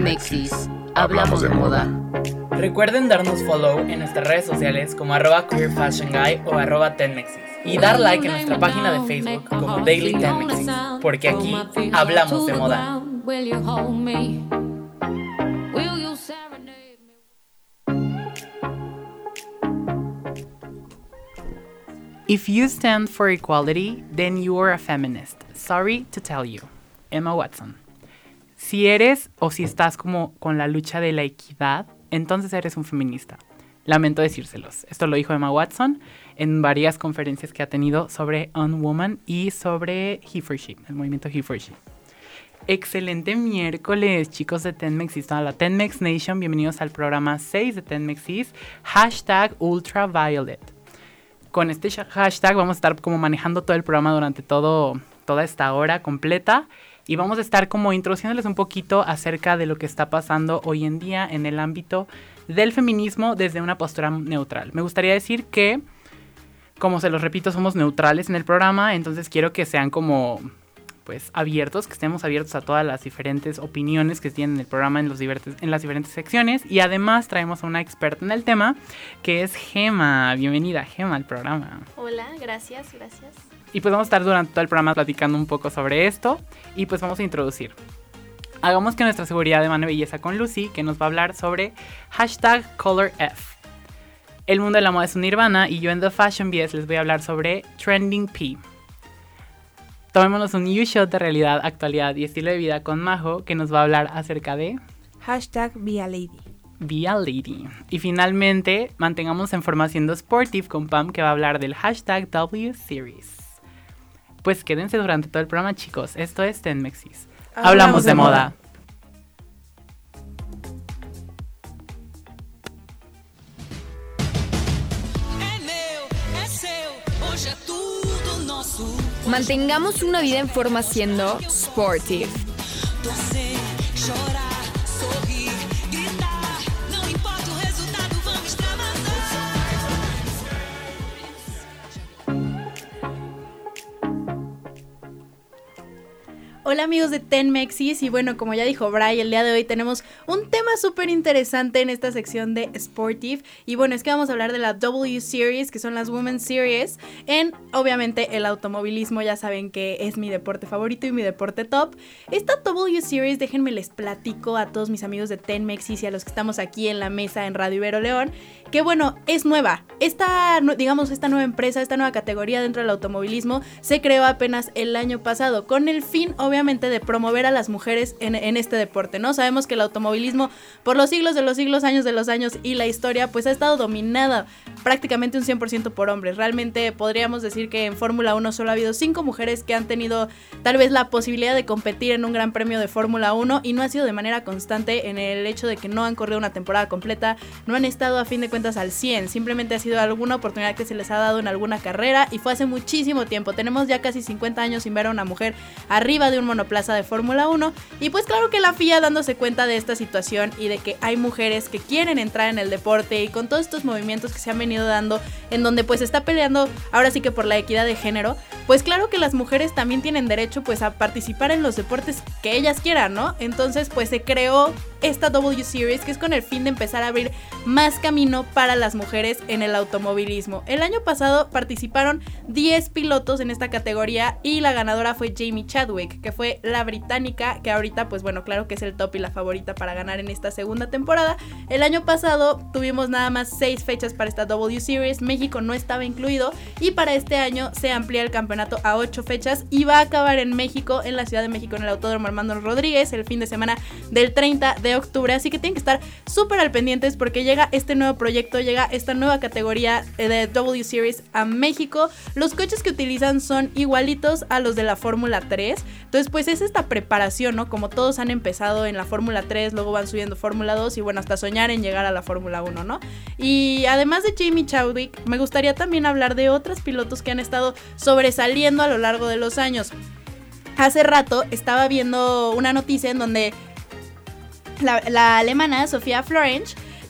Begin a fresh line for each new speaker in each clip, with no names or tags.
Tenmexis, hablamos de moda.
Recuerden darnos follow en nuestras redes sociales como @queerfashionguy o @tenmexis y dar like en nuestra página de Facebook como Daily Tenmexis, porque aquí hablamos de moda. If you stand for equality, then you are a feminist. Sorry to tell you. Emma Watson. Si eres o si estás como con la lucha de la equidad, entonces eres un feminista. Lamento decírselos. Esto lo dijo Emma Watson en varias conferencias que ha tenido sobre Unwoman y sobre He for She, el movimiento He for She. Excelente miércoles, chicos de Tenmexis, toda la Tenmex Nation. Bienvenidos al programa 6 de Tenmexis, #Ultraviolet. Con este hashtag vamos a estar como manejando todo el programa durante toda esta hora completa y vamos a estar como introduciéndoles un poquito acerca de lo que está pasando hoy en día en el ámbito del feminismo desde una postura neutral. Me gustaría decir que, como se los repito, somos neutrales en el programa, entonces quiero que sean como pues abiertos, que estemos abiertos a todas las diferentes opiniones que tienen en el programa en las diferentes secciones, y además traemos a una experta en el tema que es Gema. Bienvenida, Gema, al programa.
Hola, gracias.
Y pues vamos a estar durante todo el programa platicando un poco sobre esto y pues vamos a introducir. Hagamos que nuestra seguridad de mano belleza con Lucy, que nos va a hablar sobre #ColorF. El mundo de la moda es un nirvana y yo en The Fashion BS les voy a hablar sobre Trending P. Tomémonos un new shot de realidad, actualidad y estilo de vida con Majo, que nos va a hablar acerca de
#BeALady.
BeALady. Y finalmente, mantengamos en forma siendo sportive con Pam, que va a hablar del #WSeries. Pues quédense durante todo el programa, chicos. Esto es Tenmexis. Hablamos de moda.
Mantengamos una vida en forma siendo sportive.
Hola amigos de Tenmexis, y bueno, como ya dijo Bray, el día de hoy tenemos un tema súper interesante en esta sección de Sportive, y bueno, es que vamos a hablar de la W Series, que son las Women's Series, en obviamente el automovilismo. Ya saben que es mi deporte favorito y mi deporte top. Esta W Series, déjenme les platico a todos mis amigos de Tenmexis y a los que estamos aquí en la mesa en Radio Ibero León, que bueno, es nueva. Esta nueva empresa, esta nueva categoría dentro del automovilismo se creó apenas el año pasado, con el fin, obviamente, de promover a las mujeres en este deporte, ¿no? Sabemos que el automovilismo, por los siglos de los siglos, años de los años y la historia, pues ha estado dominada prácticamente un 100% por hombres. Realmente podríamos decir que en Fórmula 1 solo ha habido 5 mujeres que han tenido tal vez la posibilidad de competir en un gran premio de Fórmula 1, y no ha sido de manera constante, en el hecho de que no han corrido una temporada completa, no han estado a fin de cuentas al 100, simplemente ha sido alguna oportunidad que se les ha dado en alguna carrera, y fue hace muchísimo tiempo. Tenemos ya casi 50 años sin ver a una mujer arriba de un monoplaza de Fórmula 1, y pues claro que la FIA, dándose cuenta de esta situación y de que hay mujeres que quieren entrar en el deporte, y con todos estos movimientos que se han venido dando, en donde pues se está peleando ahora sí que por la equidad de género, pues claro que las mujeres también tienen derecho pues a participar en los deportes que ellas quieran, ¿no? Entonces pues se creó esta W Series, que es con el fin de empezar a abrir más camino para las mujeres en el automovilismo. El año pasado participaron 10 pilotos en esta categoría, y la ganadora fue Jamie Chadwick, que fue la británica, que ahorita pues bueno, claro que es el top y la favorita para ganar en esta segunda temporada. El año pasado tuvimos nada más 6 fechas para esta W Series, México no estaba incluido, y para este año se amplía el campeonato a 8 fechas y va a acabar en México, en la Ciudad de México, en el Autódromo Armando Rodríguez, el fin de semana del 30 de octubre, así que tienen que estar súper al pendientes porque llega este nuevo proyecto, llega esta nueva categoría de W Series a México. Los coches que utilizan son igualitos a los de la Fórmula 3, entonces pues es esta preparación, ¿no? Como todos han empezado en la Fórmula 3, luego van subiendo Fórmula 2 y bueno, hasta soñar en llegar a la Fórmula 1, ¿no? Y además de Jamie Chadwick, me gustaría también hablar de otros pilotos que han estado sobresaliendo a lo largo de los años. Hace rato estaba viendo una noticia en donde la alemana Sofía Florenz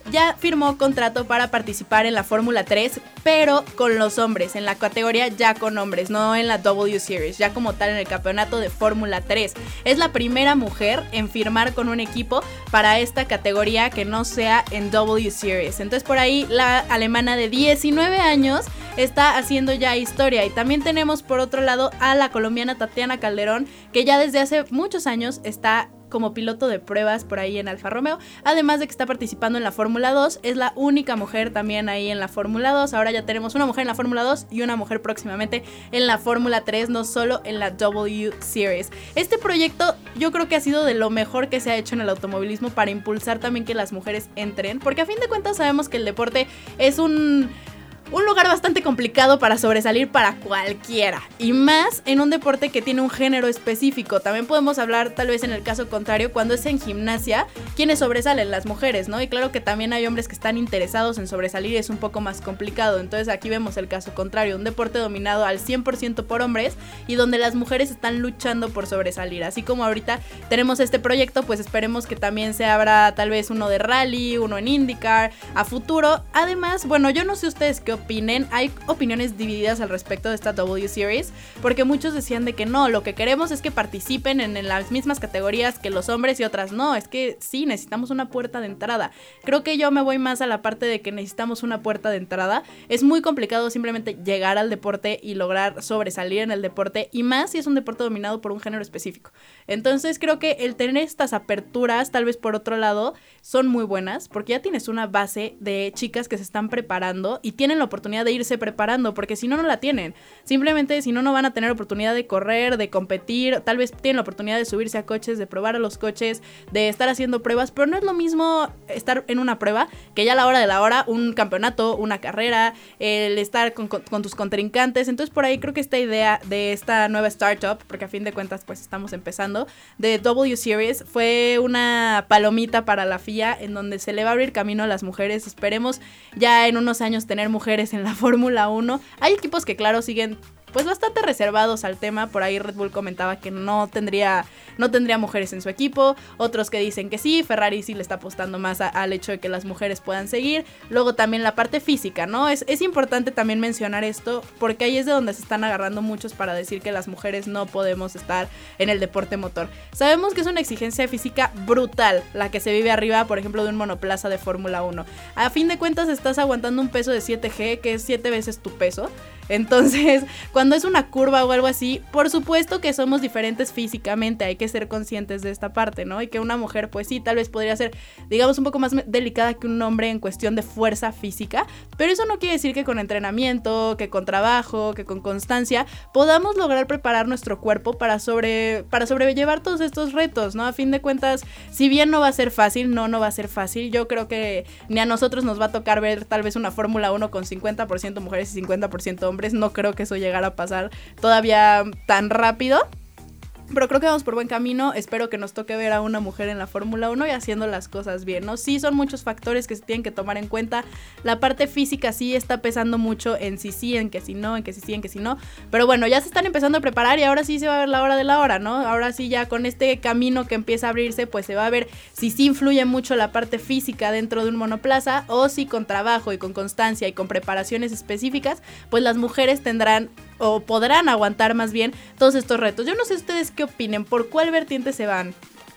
ya firmó contrato para participar en la Fórmula 3, pero con los hombres, en la categoría ya con hombres, no en la W Series, ya como tal en el campeonato de Fórmula 3. Es la primera mujer en firmar con un equipo para esta categoría que no sea en W Series. Entonces por ahí la alemana de 19 años está haciendo ya historia. Y también tenemos por otro lado a la colombiana Tatiana Calderón, que ya desde hace muchos años está como piloto de pruebas por ahí en Alfa Romeo, además de que está participando en la Fórmula 2, es la única mujer también ahí en la Fórmula 2, ahora ya tenemos una mujer en la Fórmula 2 y una mujer próximamente en la Fórmula 3, no solo en la W Series. Este proyecto yo creo que ha sido de lo mejor que se ha hecho en el automovilismo para impulsar también que las mujeres entren, porque a fin de cuentas sabemos que el deporte es un lugar bastante complicado para sobresalir para cualquiera, y más en un deporte que tiene un género específico. También podemos hablar tal vez en el caso contrario, cuando es en gimnasia, quienes sobresalen, las mujeres, ¿no? Y claro que también hay hombres que están interesados en sobresalir y es un poco más complicado. Entonces aquí vemos el caso contrario, un deporte dominado al 100% por hombres y donde las mujeres están luchando por sobresalir. Así como ahorita tenemos este proyecto, pues esperemos que también se abra tal vez uno de rally, uno en IndyCar a futuro. Además, bueno, yo no sé ustedes qué opinen, hay opiniones divididas al respecto de esta W Series, porque muchos decían de que no, lo que queremos es que participen en las mismas categorías que los hombres y otras no, es que sí, necesitamos una puerta de entrada. Creo que yo me voy más a la parte de que necesitamos una puerta de entrada. Es muy complicado simplemente llegar al deporte y lograr sobresalir en el deporte, y más si es un deporte dominado por un género específico. Entonces creo que el tener estas aperturas, tal vez por otro lado, son muy buenas, porque ya tienes una base de chicas que se están preparando y tienen la oportunidad de irse preparando, porque si no, no la tienen. Simplemente si no, no van a tener oportunidad de correr, de competir, tal vez tienen la oportunidad de subirse a coches, de probar a los coches, de estar haciendo pruebas, pero no es lo mismo estar en una prueba que ya a la hora de la hora, un campeonato, una carrera, el estar con tus contrincantes. Entonces por ahí creo que esta idea de esta nueva startup, porque a fin de cuentas pues estamos empezando, de W Series, fue una palomita para la FIA en donde se le va a abrir camino a las mujeres. Esperemos ya en unos años tener mujeres en la Fórmula 1. Hay equipos que claro siguen pues bastante reservados al tema. Por ahí Red Bull comentaba que no tendría mujeres en su equipo, otros que dicen que sí, Ferrari sí le está apostando más al hecho de que las mujeres puedan seguir. Luego también la parte física, ¿no? Es importante también mencionar esto, porque ahí es de donde se están agarrando muchos para decir que las mujeres no podemos estar en el deporte motor. Sabemos que es una exigencia física brutal la que se vive arriba, por ejemplo, de un monoplaza de Fórmula 1. A fin de cuentas estás aguantando un peso de 7G, que es 7 veces tu peso. Entonces, cuando es una curva o algo así, por supuesto que somos diferentes físicamente, hay que ser conscientes de esta parte, ¿no? Y que una mujer, pues sí, tal vez podría ser, digamos, un poco más delicada que un hombre en cuestión de fuerza física, pero eso no quiere decir que con entrenamiento, que con trabajo, que con constancia, podamos lograr preparar nuestro cuerpo para sobrellevar todos estos retos, ¿no? A fin de cuentas, si bien no va a ser fácil, no va a ser fácil, yo creo que ni a nosotros nos va a tocar ver tal vez una Fórmula 1 con 50% mujeres y 50% hombres. No creo que eso llegara a pasar todavía tan rápido, pero creo que vamos por buen camino. Espero que nos toque ver a una mujer en la Fórmula 1 y haciendo las cosas bien, ¿no? Sí, son muchos factores que se tienen que tomar en cuenta. La parte física sí está pesando mucho en sí, en que si no, en que sí, en que si no. Pero bueno, ya se están empezando a preparar y ahora sí se va a ver la hora de la hora, ¿no? Ahora sí ya con este camino que empieza a abrirse, pues se va a ver si sí influye mucho la parte física dentro de un monoplaza o si con trabajo y con constancia y con preparaciones específicas, pues las mujeres tendrán o podrán aguantar más bien todos estos retos. Yo no sé ustedes qué opinen, ¿por cuál vertiente se van?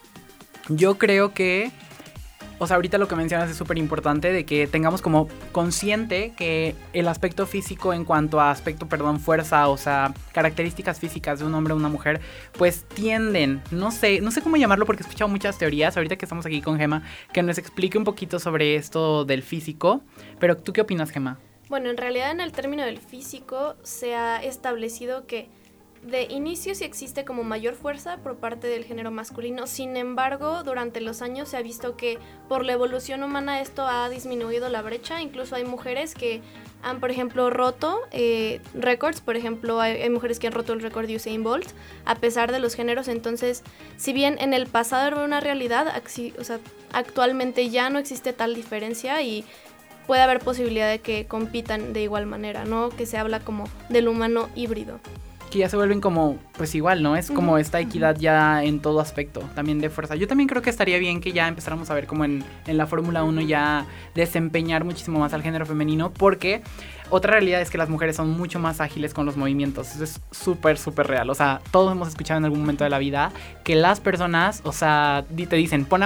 Yo creo que, o sea, ahorita lo que mencionas es súper importante, de que tengamos como consciente que el aspecto físico en cuanto a fuerza, o sea, características físicas de un hombre o una mujer, pues tienden, no sé cómo llamarlo porque he escuchado muchas teorías, ahorita que estamos aquí con Gema, que nos explique un poquito sobre esto del físico, pero ¿tú qué opinas, Gema?
Bueno, en realidad en el término del físico se ha establecido que de inicio sí existe como mayor fuerza por parte del género masculino. Sin embargo, durante los años se ha visto que por la evolución humana esto ha disminuido la brecha. Incluso hay mujeres que han, por ejemplo, roto récords. Por ejemplo, hay mujeres que han roto el récord de Usain Bolt a pesar de los géneros. Entonces, si bien en el pasado era una realidad, o sea, actualmente ya no existe tal diferencia y puede haber posibilidad de que compitan de igual manera, ¿no? Que se habla como del humano híbrido.
que ya se vuelven como, pues igual, ¿no? Es como esta equidad ya en todo aspecto, también de fuerza. Yo también creo que estaría bien que ya empezáramos a ver como en la Fórmula 1 ya desempeñar muchísimo más al género femenino, porque otra realidad es que las mujeres son mucho más ágiles con los movimientos. Eso es súper, súper real. O sea, todos hemos escuchado en algún momento de la vida que las personas, o sea, te dicen, ponos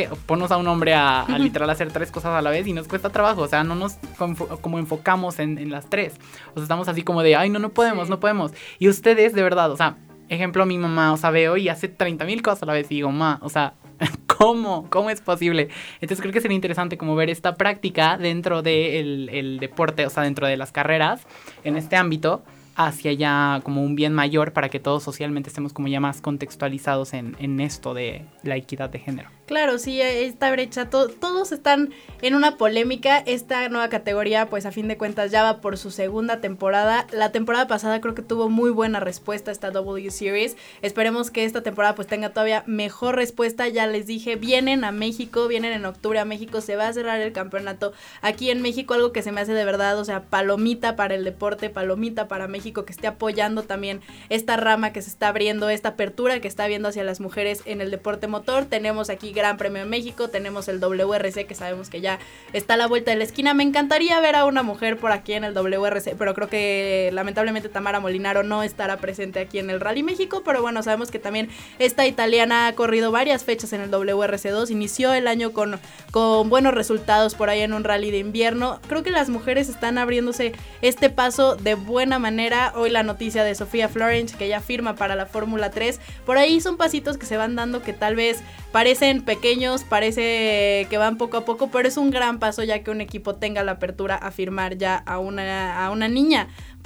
a un hombre a literal hacer 3 cosas a la vez y nos cuesta trabajo. O sea, no nos como enfocamos en las 3. O sea, estamos así como de, ay, no podemos, sí. No podemos. Y ustedes, de verdad, o sea, ejemplo, mi mamá, o sea, veo y hace 30,000 cosas a la vez y digo, o sea, ¿cómo es posible? Entonces creo que sería interesante como ver esta práctica dentro del deporte, o sea, dentro de las carreras, en este ámbito, hacia ya como un bien mayor para que todos socialmente estemos como ya más contextualizados en esto de la equidad de género.
Claro, sí, esta brecha, todos están en una polémica. Esta nueva categoría, pues a fin de cuentas ya va por su segunda temporada. La temporada pasada creo que tuvo muy buena respuesta esta W Series. Esperemos que esta temporada pues tenga todavía mejor respuesta. Ya les dije, vienen a México, vienen en octubre a México, se va a cerrar el campeonato aquí en México, algo que se me hace de verdad, o sea, palomita para el deporte, palomita para México, que esté apoyando también esta rama que se está abriendo, esta apertura que está viendo hacia las mujeres en el deporte motor. Tenemos aquí Gran Premio de México, tenemos el WRC que sabemos que ya está a la vuelta de la esquina. Me encantaría ver a una mujer por aquí en el WRC, pero creo que lamentablemente Tamara Molinaro no estará presente aquí en el Rally México, pero bueno, sabemos que también esta italiana ha corrido varias fechas en el WRC2, inició el año con buenos resultados por ahí en un rally de invierno. Creo que las mujeres están abriéndose este paso de buena manera. Hoy la noticia de Sofía Florence, que ya firma para la Fórmula 3, por ahí son pasitos que se van dando que tal vez parecen pequeños, parece que van poco a poco, pero es un gran paso ya que un equipo tenga la apertura a firmar ya a una niña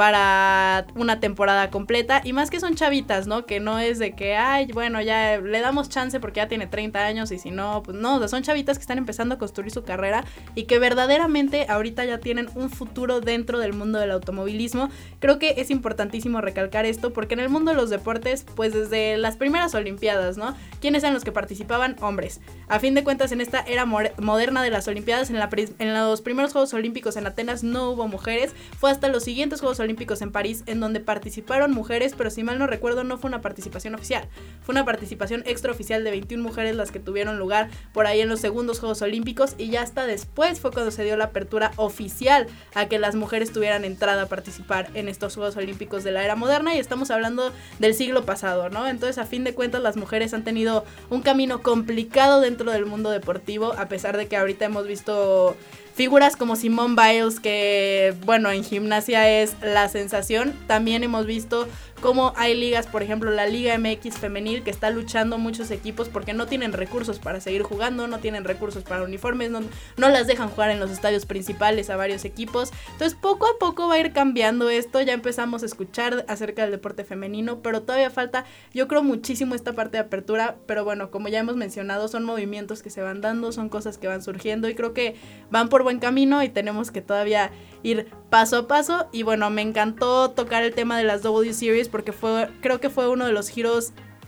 para una temporada completa, y más que son chavitas, ¿no? Que no es de que, ay, bueno, ya le damos chance porque ya tiene 30 años y si no, pues no, o sea, son chavitas que están empezando a construir su carrera y que verdaderamente ahorita ya tienen un futuro dentro del mundo del automovilismo. Creo que es importantísimo recalcar esto porque en el mundo de los deportes, pues desde las primeras Olimpiadas, ¿no? ¿Quiénes eran los que participaban? Hombres. A fin de cuentas, en esta era moderna de las Olimpiadas, en los primeros Juegos Olímpicos en Atenas no hubo mujeres, fue hasta los siguientes Juegos Olímpicos en París en donde participaron mujeres, pero si mal no recuerdo no fue una participación oficial, fue una participación extraoficial de 21 mujeres las que tuvieron lugar por ahí en los segundos Juegos Olímpicos, y ya hasta después fue cuando se dio la apertura oficial a que las mujeres tuvieran entrada a participar en estos Juegos Olímpicos de la era moderna, y estamos hablando del siglo pasado, ¿no? Entonces, a fin de cuentas, las mujeres han tenido un camino complicado dentro del mundo deportivo, a pesar de que ahorita hemos visto figuras como Simone Biles, que bueno, en gimnasia es la sensación. También hemos visto cómo hay ligas, por ejemplo la Liga MX femenil, que está luchando muchos equipos porque no tienen recursos para seguir jugando, no tienen recursos para uniformes, no las dejan jugar en los estadios principales a varios equipos. Entonces poco a poco va a ir cambiando esto, ya empezamos a escuchar acerca del deporte femenino, pero todavía falta, yo creo, muchísimo esta parte de apertura, pero bueno, como ya hemos mencionado, son movimientos que se van dando, son cosas que van surgiendo y creo que van por buen camino y tenemos que todavía ir paso a paso. Y bueno, me encantó tocar el tema de las W Series porque creo que fue uno de los giros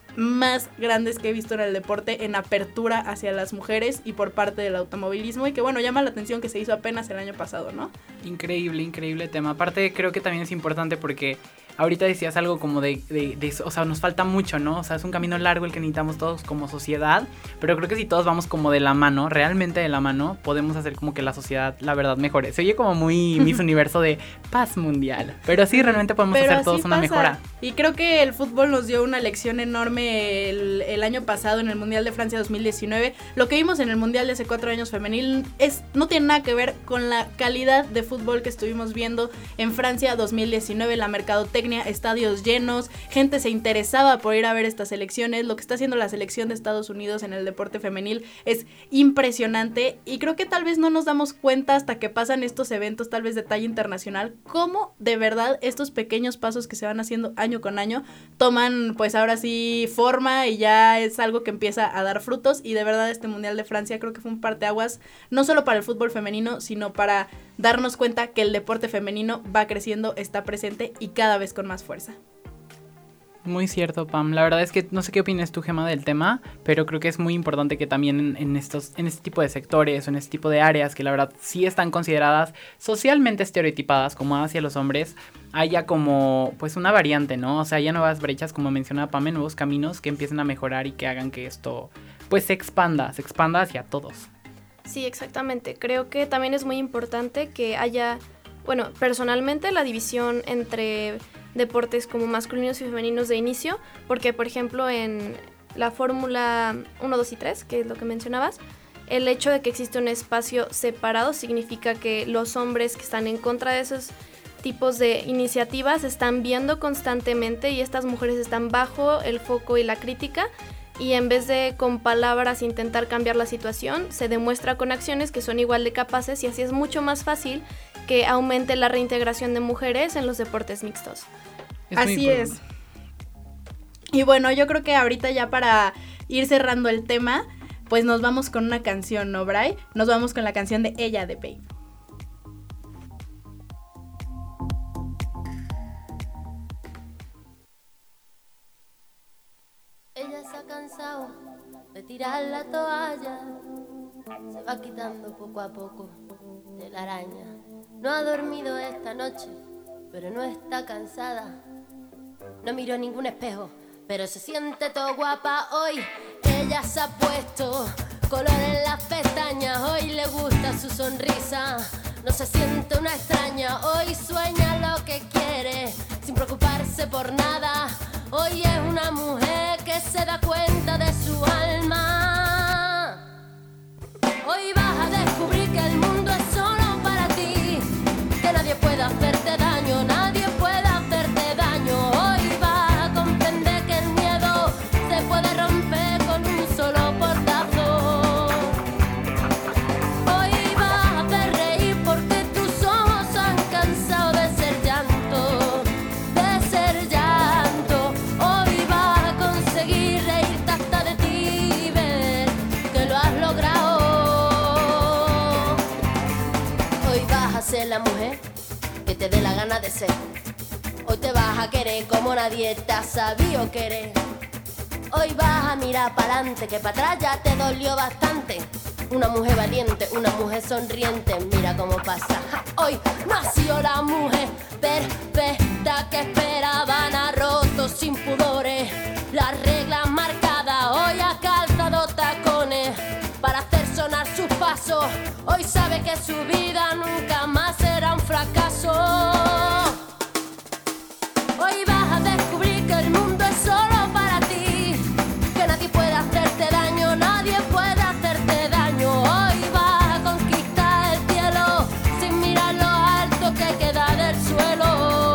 más grandes que he visto en el deporte en apertura hacia las mujeres y por parte del automovilismo, y que bueno, llama la atención que se hizo apenas el año pasado, ¿no? Increíble tema. Aparte creo que también es importante porque ahorita decías algo como de o sea, nos falta mucho, ¿no? O sea, es un camino largo el que necesitamos todos como sociedad, pero creo que si todos vamos como de la mano, realmente de la mano, podemos hacer como que la sociedad, la verdad, mejore. Se oye como muy Miss Universo de paz mundial, pero sí, realmente podemos hacer todos una mejora. Y creo que el fútbol nos dio una lección enorme el año pasado en el Mundial de Francia 2019. Lo que vimos en el Mundial de hace 4 años femenil no tiene nada que ver con la calidad de fútbol que estuvimos viendo en Francia 2019, la mercadotecnia, estadios llenos, gente se interesaba por ir a ver estas selecciones. Lo que está haciendo la selección de Estados Unidos en el deporte femenil es impresionante, y creo que tal vez no nos damos cuenta hasta que pasan estos eventos tal vez de talla internacional, cómo de verdad estos pequeños pasos que se van haciendo año con año toman pues ahora sí forma y ya es algo que empieza a dar frutos. Y de verdad este Mundial de Francia creo que fue un parteaguas no solo para el fútbol femenino, sino para darnos cuenta que el deporte femenino va creciendo, está presente y cada vez con más fuerza.
Muy cierto, Pam. La verdad es que no sé qué opinas tú, Gemma, del tema, pero creo que es muy importante que también en este tipo de sectores o en este tipo de áreas que la verdad sí están consideradas socialmente estereotipadas como hacia los hombres, haya como pues una variante, ¿no? O sea, haya nuevas brechas, como mencionaba Pam, nuevos caminos que empiecen a mejorar y que hagan que esto pues se expanda hacia todos.
Sí, exactamente. Creo que también es muy importante que haya, bueno, personalmente la división entre deportes como masculinos y femeninos de inicio, porque por ejemplo en la Fórmula 1, 2 y 3, que es lo que mencionabas, el hecho de que existe un espacio separado significa que los hombres que están en contra de esos tipos de iniciativas están viendo constantemente y estas mujeres están bajo el foco y la crítica, y en vez de con palabras intentar cambiar la situación, se demuestra con acciones que son igual de capaces, y así es mucho más fácil que aumente la reintegración de mujeres en los deportes mixtos.
Así es. Y bueno, yo creo que ahorita ya para ir cerrando el tema, pues nos vamos con una canción, ¿no, Bray? Nos vamos con la canción de Ella de Babe.
Ella se ha cansado de tirar la toalla, se va quitando poco a poco de la araña. No ha dormido esta noche, pero no está cansada. No miró ningún espejo, pero se siente todo guapa hoy. Ella se ha puesto color en las pestañas, hoy le gusta su sonrisa. No se siente una extraña, hoy sueña lo que quiere, sin preocuparse por nada. Hoy es una mujer que se da cuenta de su alma. Hoy vas a descubrir que el mundo es solo para ti, que nadie puede hacerte daño, nadie puede hacerte daño. Hoy vas a comprender que el miedo se puede romper con un solo portazo. Hoy vas a hacer reír porque tus ojos han cansado de ser llanto, de ser llanto. Hoy vas a conseguir reírte hasta de ti y ver que lo has logrado. Hoy vas a ser la mujer que te dé la gana de ser. Hoy te vas a querer como nadie te ha sabido querer. Hoy vas a mirar para adelante, que para atrás ya te dolió bastante. Una mujer valiente, una mujer sonriente, mira cómo pasa. Hoy nació la mujer perfecta que esperaban, ha roto sin pudores las reglas marcadas. Hoy ha calzado tacones para hacer sonar sus pasos. Hoy sabe que su vida nunca más será un fracaso. Hoy vas a descubrir que el mundo es solo para ti, que nadie puede hacerte daño, nadie puede hacerte daño. Hoy vas a conquistar el cielo sin mirar lo alto que queda del suelo.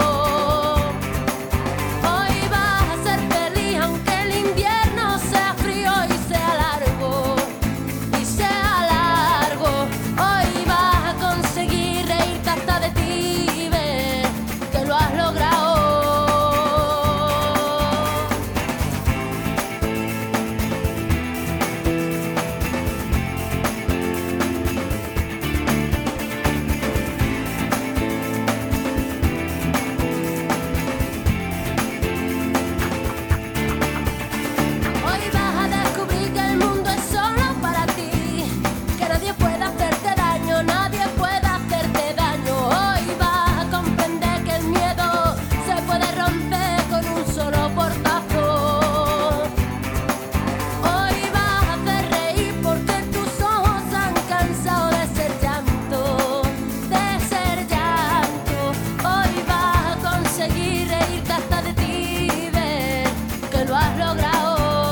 Hoy vas a ser feliz aunque el invierno sea frío y sea largo, y sea largo. Hoy vas a conseguir reírte hasta de ti y ver que lo has logrado. Hoy vas a descubrir que el mundo es solo para ti, que nadie puede hacerte daño, nadie puede hacerte daño. Hoy vas a comprender que el miedo se puede romper con un solo portazo. Hoy vas a hacer reír porque tus ojos han cansado de ser llanto, de ser llanto. Hoy vas a conseguir reírte hasta de ti y ver que lo has logrado.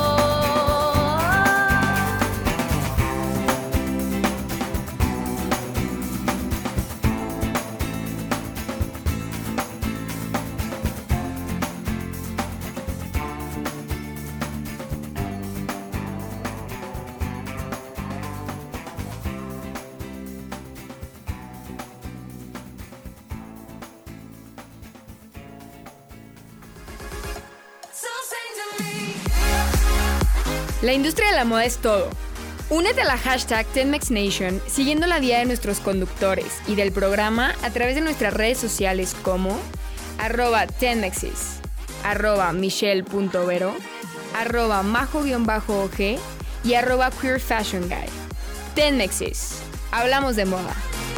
La industria de la moda es todo. Únete a la hashtag TenMexNation siguiendo la guía de nuestros conductores y del programa a través de nuestras redes sociales como @tenmexis. @michelle.vero, @majo_og y @queerfashionguy. Tenmexis. Hablamos de moda.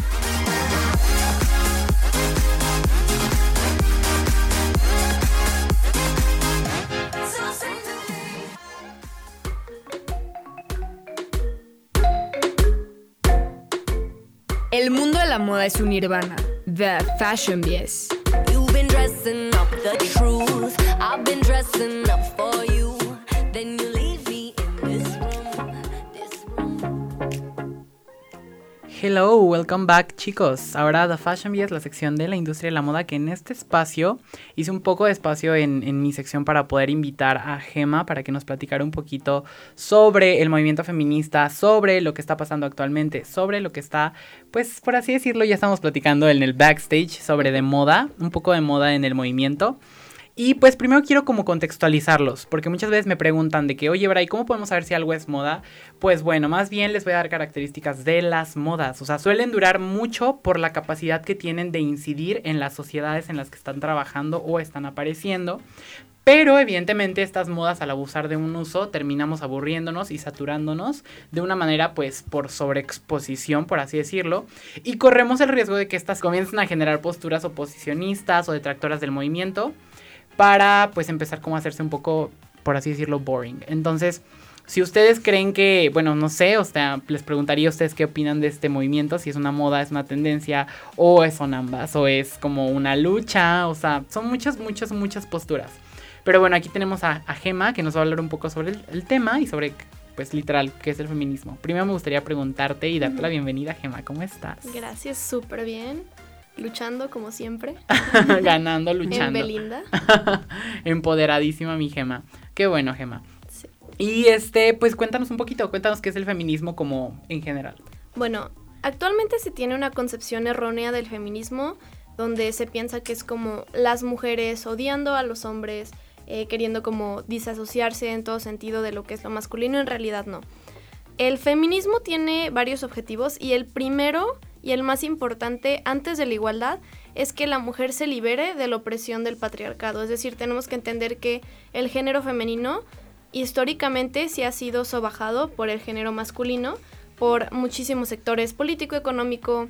El mundo de la moda es un nirvana. The Fashion Bies.
You've been dressing up the truth. I've been dressing up for you. Then you leave me in this room.
Hello, welcome back, chicos. Ahora The Fashion Bies, la sección de la industria de la moda, que en este espacio hice un poco de espacio en mi sección para poder invitar a Gema para que nos platicara un poquito sobre el movimiento feminista, sobre lo que está pasando actualmente, sobre lo que está, pues por así decirlo, ya estamos platicando en el backstage sobre de moda, un poco de moda en el movimiento. Y pues primero quiero como contextualizarlos, porque muchas veces me preguntan de que, oye, Bray, ¿cómo podemos saber si algo es moda? Pues bueno, más bien les voy a dar características de las modas. O sea, suelen durar mucho por la capacidad que tienen de incidir en las sociedades en las que están trabajando o están apareciendo. Pero evidentemente estas modas, al abusar de un uso, terminamos aburriéndonos y saturándonos de una manera pues por sobreexposición, por así decirlo, y corremos el riesgo de que estas comiencen a generar posturas oposicionistas o detractoras del movimiento para pues empezar como a hacerse un poco, por así decirlo, boring. Entonces, si ustedes creen que, bueno, no sé, o sea, les preguntaría a ustedes qué opinan de este movimiento, si es una moda, es una tendencia, o son ambas, o es como una lucha, o sea, son muchas posturas. Pero bueno, aquí tenemos a Gema, que nos va a hablar un poco sobre el tema y sobre, pues literal, qué es el feminismo. Primero me gustaría preguntarte y darte la bienvenida, Gema, ¿cómo estás?
Gracias, súper bien. Luchando como siempre.
Ganando, luchando.
En Belinda.
Empoderadísima mi Gema. Qué bueno, Gema.
Sí.
Y pues cuéntanos un poquito, cuéntanos qué es el feminismo como en general.
Bueno, actualmente se tiene una concepción errónea del feminismo donde se piensa que es como las mujeres odiando a los hombres, queriendo como disasociarse en todo sentido de lo que es lo masculino. En realidad no. El feminismo tiene varios objetivos y el primero y el más importante antes de la igualdad es que la mujer se libere de la opresión del patriarcado. Es decir, tenemos que entender que el género femenino históricamente sí ha sido sobajado por el género masculino, por muchísimos sectores, político, económico,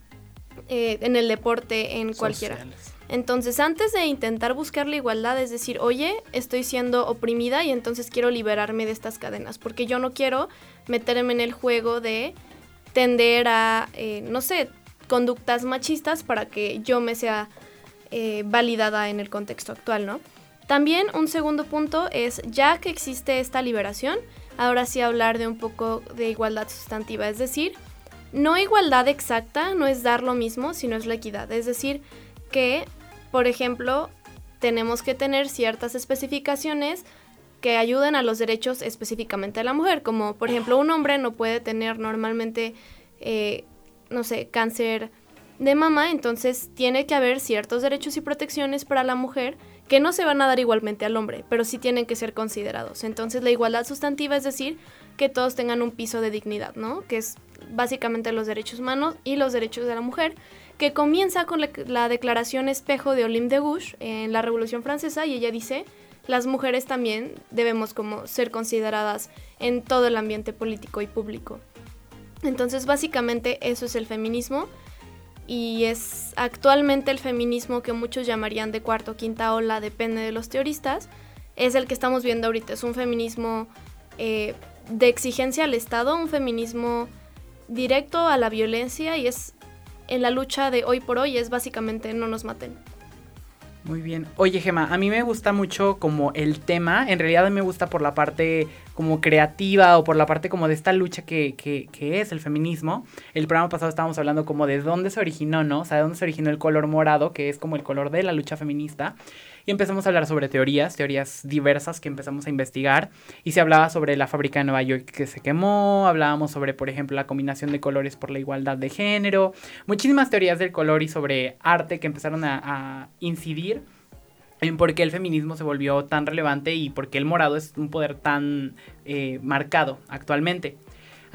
en el deporte, en cualquiera.
Sociales.
Entonces, antes de intentar buscar la igualdad, es decir, oye, estoy siendo oprimida y entonces quiero liberarme de estas cadenas, porque yo no quiero meterme en el juego de tender a, no sé, conductas machistas para que yo me sea validada en el contexto actual, ¿no? También un segundo punto es, ya que existe esta liberación, ahora sí hablar de un poco de igualdad sustantiva, es decir, no igualdad exacta, no es dar lo mismo, sino es la equidad, es decir, que, por ejemplo, tenemos que tener ciertas especificaciones que ayuden a los derechos específicamente de la mujer, como por ejemplo un hombre no puede tener normalmente, no sé, cáncer de mama, entonces tiene que haber ciertos derechos y protecciones para la mujer que no se van a dar igualmente al hombre, pero sí tienen que ser considerados. Entonces la igualdad sustantiva es decir que todos tengan un piso de dignidad, ¿no? Que es básicamente los derechos humanos y los derechos de la mujer, que comienza con la declaración espejo de Olympe de Gouges en la Revolución Francesa, y ella dice: las mujeres también debemos como ser consideradas en todo el ambiente político y público. Entonces básicamente eso es el feminismo, y es actualmente el feminismo que muchos llamarían de cuarta o quinta ola, depende de los teoristas, es el que estamos viendo ahorita. Es un feminismo de exigencia al Estado, un feminismo directo a la violencia, y es en la lucha de hoy por hoy, es básicamente no nos maten.
Muy bien. Oye, Gema, a mí me gusta mucho como el tema, en realidad me gusta por la parte como creativa o por la parte como de esta lucha que es el feminismo. El programa pasado estábamos hablando como de dónde se originó, ¿no? O sea, de dónde se originó el color morado, que es como el color de la lucha feminista. Y empezamos a hablar sobre teorías diversas que empezamos a investigar. Y se hablaba sobre la fábrica de Nueva York que se quemó, hablábamos sobre, por ejemplo, la combinación de colores por la igualdad de género, muchísimas teorías del color y sobre arte que empezaron a incidir en por qué el feminismo se volvió tan relevante y por qué el morado es un poder tan marcado actualmente.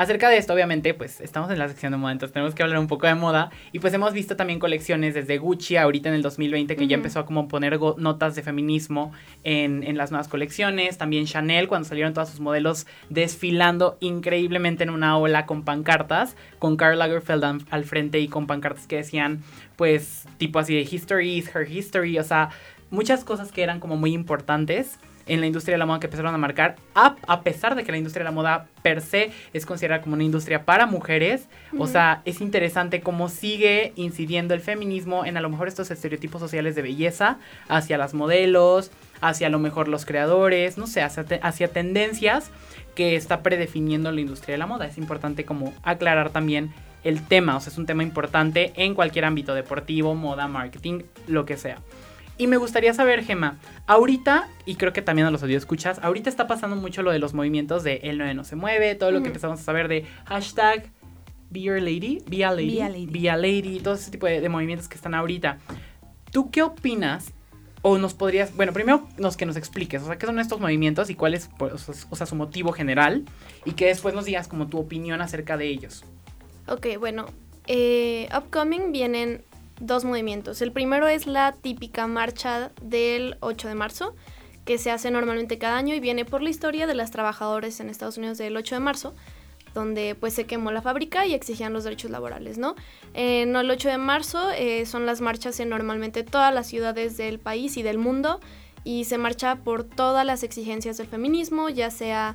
Acerca de esto, obviamente, pues estamos en la sección de moda, entonces tenemos que hablar un poco de moda. Y pues hemos visto también colecciones desde Gucci ahorita en el 2020 que ya empezó a como poner notas de feminismo en las nuevas colecciones. También Chanel, cuando salieron todos sus modelos desfilando increíblemente en una ola con pancartas, con Karl Lagerfeld al frente y con pancartas que decían, pues, tipo así de History is her history, o sea, muchas cosas que eran como muy importantes en la industria de la moda que empezaron a marcar, a pesar de que la industria de la moda per se es considerada como una industria para mujeres. O sea, es interesante cómo sigue incidiendo el feminismo en a lo mejor estos estereotipos sociales de belleza hacia las modelos, hacia a lo mejor los creadores, no sé, hacia tendencias que está predefiniendo la industria de la moda. Es importante como aclarar también el tema, o sea, es un tema importante en cualquier ámbito deportivo, moda, marketing, lo que sea. Y me gustaría saber, Gemma, ahorita, y creo que también a los escuchas, ahorita está pasando mucho lo de los movimientos de El 9 no se mueve, todo lo que empezamos a saber de hashtag Be Your Lady, Be a Lady, Be a Lady, todo ese tipo de movimientos que están ahorita. ¿Tú qué opinas? O nos podrías, bueno, primero que nos expliques, o sea, qué son estos movimientos y cuál es, pues, o sea, su motivo general, y que después nos digas como tu opinión acerca de ellos.
Ok, bueno, upcoming vienen 2 movimientos. El primero es la típica marcha del 8 de marzo, que se hace normalmente cada año y viene por la historia de las trabajadoras en Estados Unidos del 8 de marzo, donde pues se quemó la fábrica y exigían los derechos laborales, ¿no? El 8 de marzo son las marchas en normalmente todas las ciudades del país y del mundo, y se marcha por todas las exigencias del feminismo, ya sea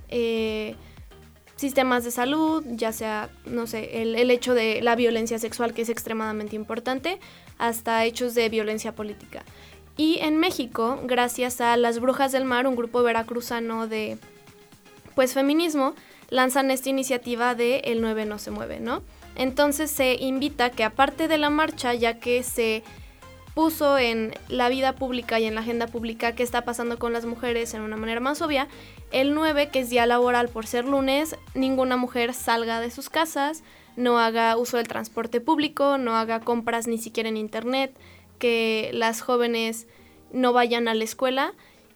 sistemas de salud, ya sea, no sé, el hecho de la violencia sexual, que es extremadamente importante, hasta hechos de violencia política. Y en México, gracias a Las Brujas del Mar, un grupo veracruzano de, pues, feminismo, lanzan esta iniciativa de El 9 no se mueve, ¿no? Entonces se invita que, aparte de la marcha, ya que se puso en la vida pública y en la agenda pública qué está pasando con las mujeres en una manera más obvia, el 9, que es día laboral por ser lunes, ninguna mujer salga de sus casas, no haga uso del transporte público, no haga compras ni siquiera en internet, que las jóvenes no vayan a la escuela.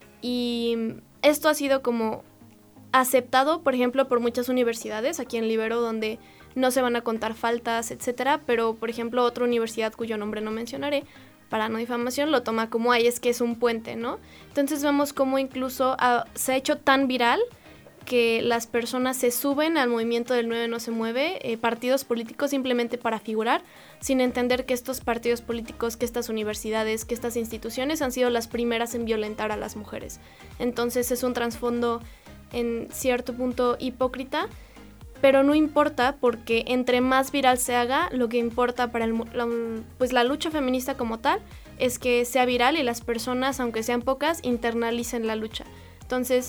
Y esto ha sido como aceptado, por ejemplo, por muchas universidades, aquí en Libero, donde no se van a contar faltas, etcétera, pero, por ejemplo, otra universidad cuyo nombre no mencionaré, para no difamación, lo toma como, ay, es que es un puente, ¿no? Entonces vemos cómo incluso se ha hecho tan viral que las personas se suben al movimiento del 9 no se mueve, partidos políticos simplemente para figurar, sin entender que estos partidos políticos, que estas universidades, que estas instituciones han sido las primeras en violentar a las mujeres. Entonces es un trasfondo en cierto punto hipócrita, pero no importa, porque entre más viral se haga, lo que importa para pues la lucha feminista como tal es que sea viral y las personas, aunque sean pocas, internalicen la lucha. Entonces,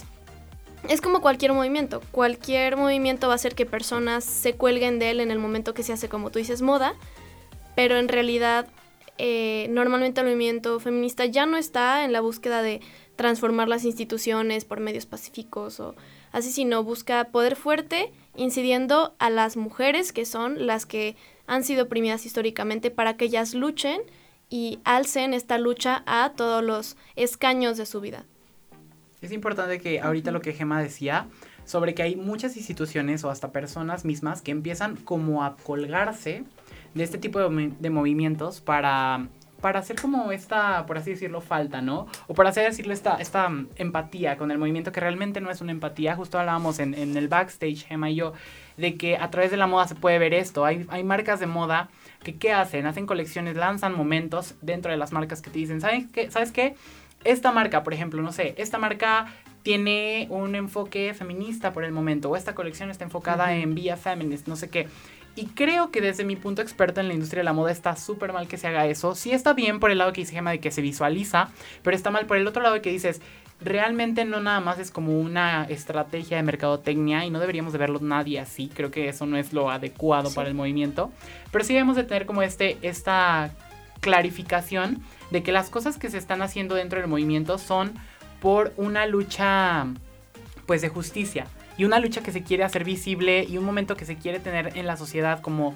es como cualquier movimiento va a hacer que personas se cuelguen de él en el momento que se hace, como tú dices, moda, pero en realidad normalmente el movimiento feminista ya no está en la búsqueda de transformar las instituciones por medios pacíficos o así, sino busca poder fuerte, incidiendo a las mujeres, que son las que han sido oprimidas históricamente, para que ellas luchen y alcen esta lucha a todos los escaños de su vida.
Es importante que ahorita lo que Gemma decía, sobre que hay muchas instituciones o hasta personas mismas que empiezan como a colgarse de este tipo de movimientos para hacer como esta, por así decirlo, falta, ¿no? O para hacer decirle esta empatía con el movimiento, que realmente no es una empatía. Justo hablábamos en el backstage, Gemma y yo, de que a través de la moda se puede ver esto. Hay marcas de moda que ¿qué hacen? Hacen colecciones, lanzan momentos dentro de las marcas que te dicen, ¿sabes qué? Esta marca, por ejemplo, no sé, esta marca tiene un enfoque feminista por el momento, o esta colección está enfocada en vía feminist, no sé qué. Y creo que desde mi punto experto en la industria de la moda está súper mal que se haga eso. Sí está bien por el lado que dice Gemma de que se visualiza, pero está mal por el otro lado de que dices, realmente no nada más es como una estrategia de mercadotecnia y no deberíamos de verlo nadie así. Creo que eso no es lo adecuado para el movimiento. Pero sí debemos de tener como esta clarificación de que las cosas que se están haciendo dentro del movimiento son por una lucha, pues, de justicia. Y una lucha que se quiere hacer visible y un momento que se quiere tener en la sociedad como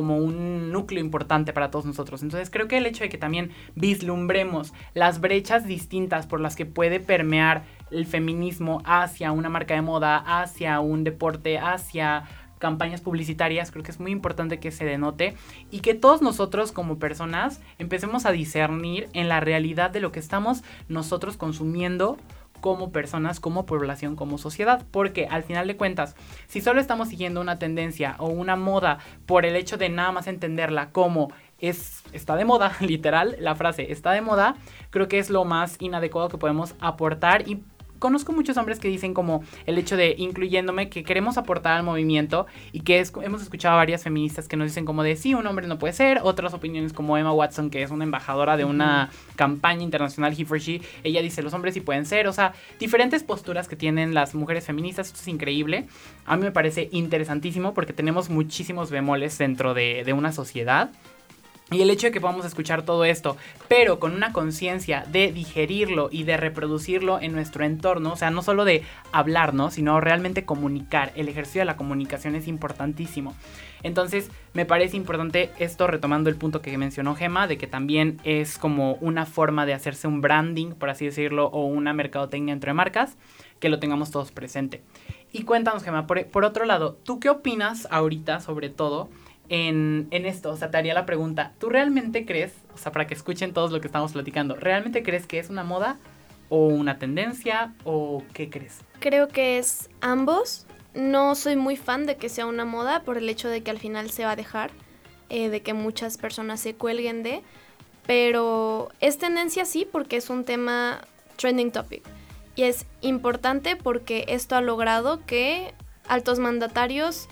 un núcleo importante para todos nosotros. Entonces creo que el hecho de que también vislumbremos las brechas distintas por las que puede permear el feminismo hacia una marca de moda, hacia un deporte, hacia campañas publicitarias, creo que es muy importante que se denote y que todos nosotros como personas empecemos a discernir en la realidad de lo que estamos nosotros consumiendo como personas, como población, como sociedad, porque al final de cuentas, si solo estamos siguiendo una tendencia o una moda por el hecho de nada más entenderla como está de moda, literal, la frase está de moda, creo que es lo más inadecuado que podemos aportar. Y conozco muchos hombres que dicen como el hecho de, incluyéndome, que queremos aportar al movimiento y que hemos escuchado a varias feministas que nos dicen como de sí, un hombre no puede ser, otras opiniones como Emma Watson, que es una embajadora de una campaña internacional He for She, ella dice los hombres sí pueden ser, o sea, diferentes posturas que tienen las mujeres feministas, esto es increíble, a mí me parece interesantísimo porque tenemos muchísimos bemoles dentro de una sociedad. Y el hecho de que podamos escuchar todo esto, pero con una conciencia de digerirlo y de reproducirlo en nuestro entorno, o sea, no solo de hablar, ¿no? Sino realmente comunicar. El ejercicio de la comunicación es importantísimo. Entonces, me parece importante esto, retomando el punto que mencionó Gema, de que también es como una forma de hacerse un branding, por así decirlo, o una mercadotecnia entre marcas, que lo tengamos todos presente. Y cuéntanos, Gema, por otro lado, ¿tú qué opinas ahorita, sobre todo, en esto? O sea, te haría la pregunta, ¿tú realmente crees, o sea, para que escuchen todos lo que estamos platicando, ¿realmente crees que es una moda o una tendencia o qué crees?
Creo que es ambos. No soy muy fan de que sea una moda por el hecho de que al final se va a dejar, de que muchas personas se cuelguen de, pero es tendencia sí porque es un tema trending topic y es importante porque esto ha logrado que altos mandatarios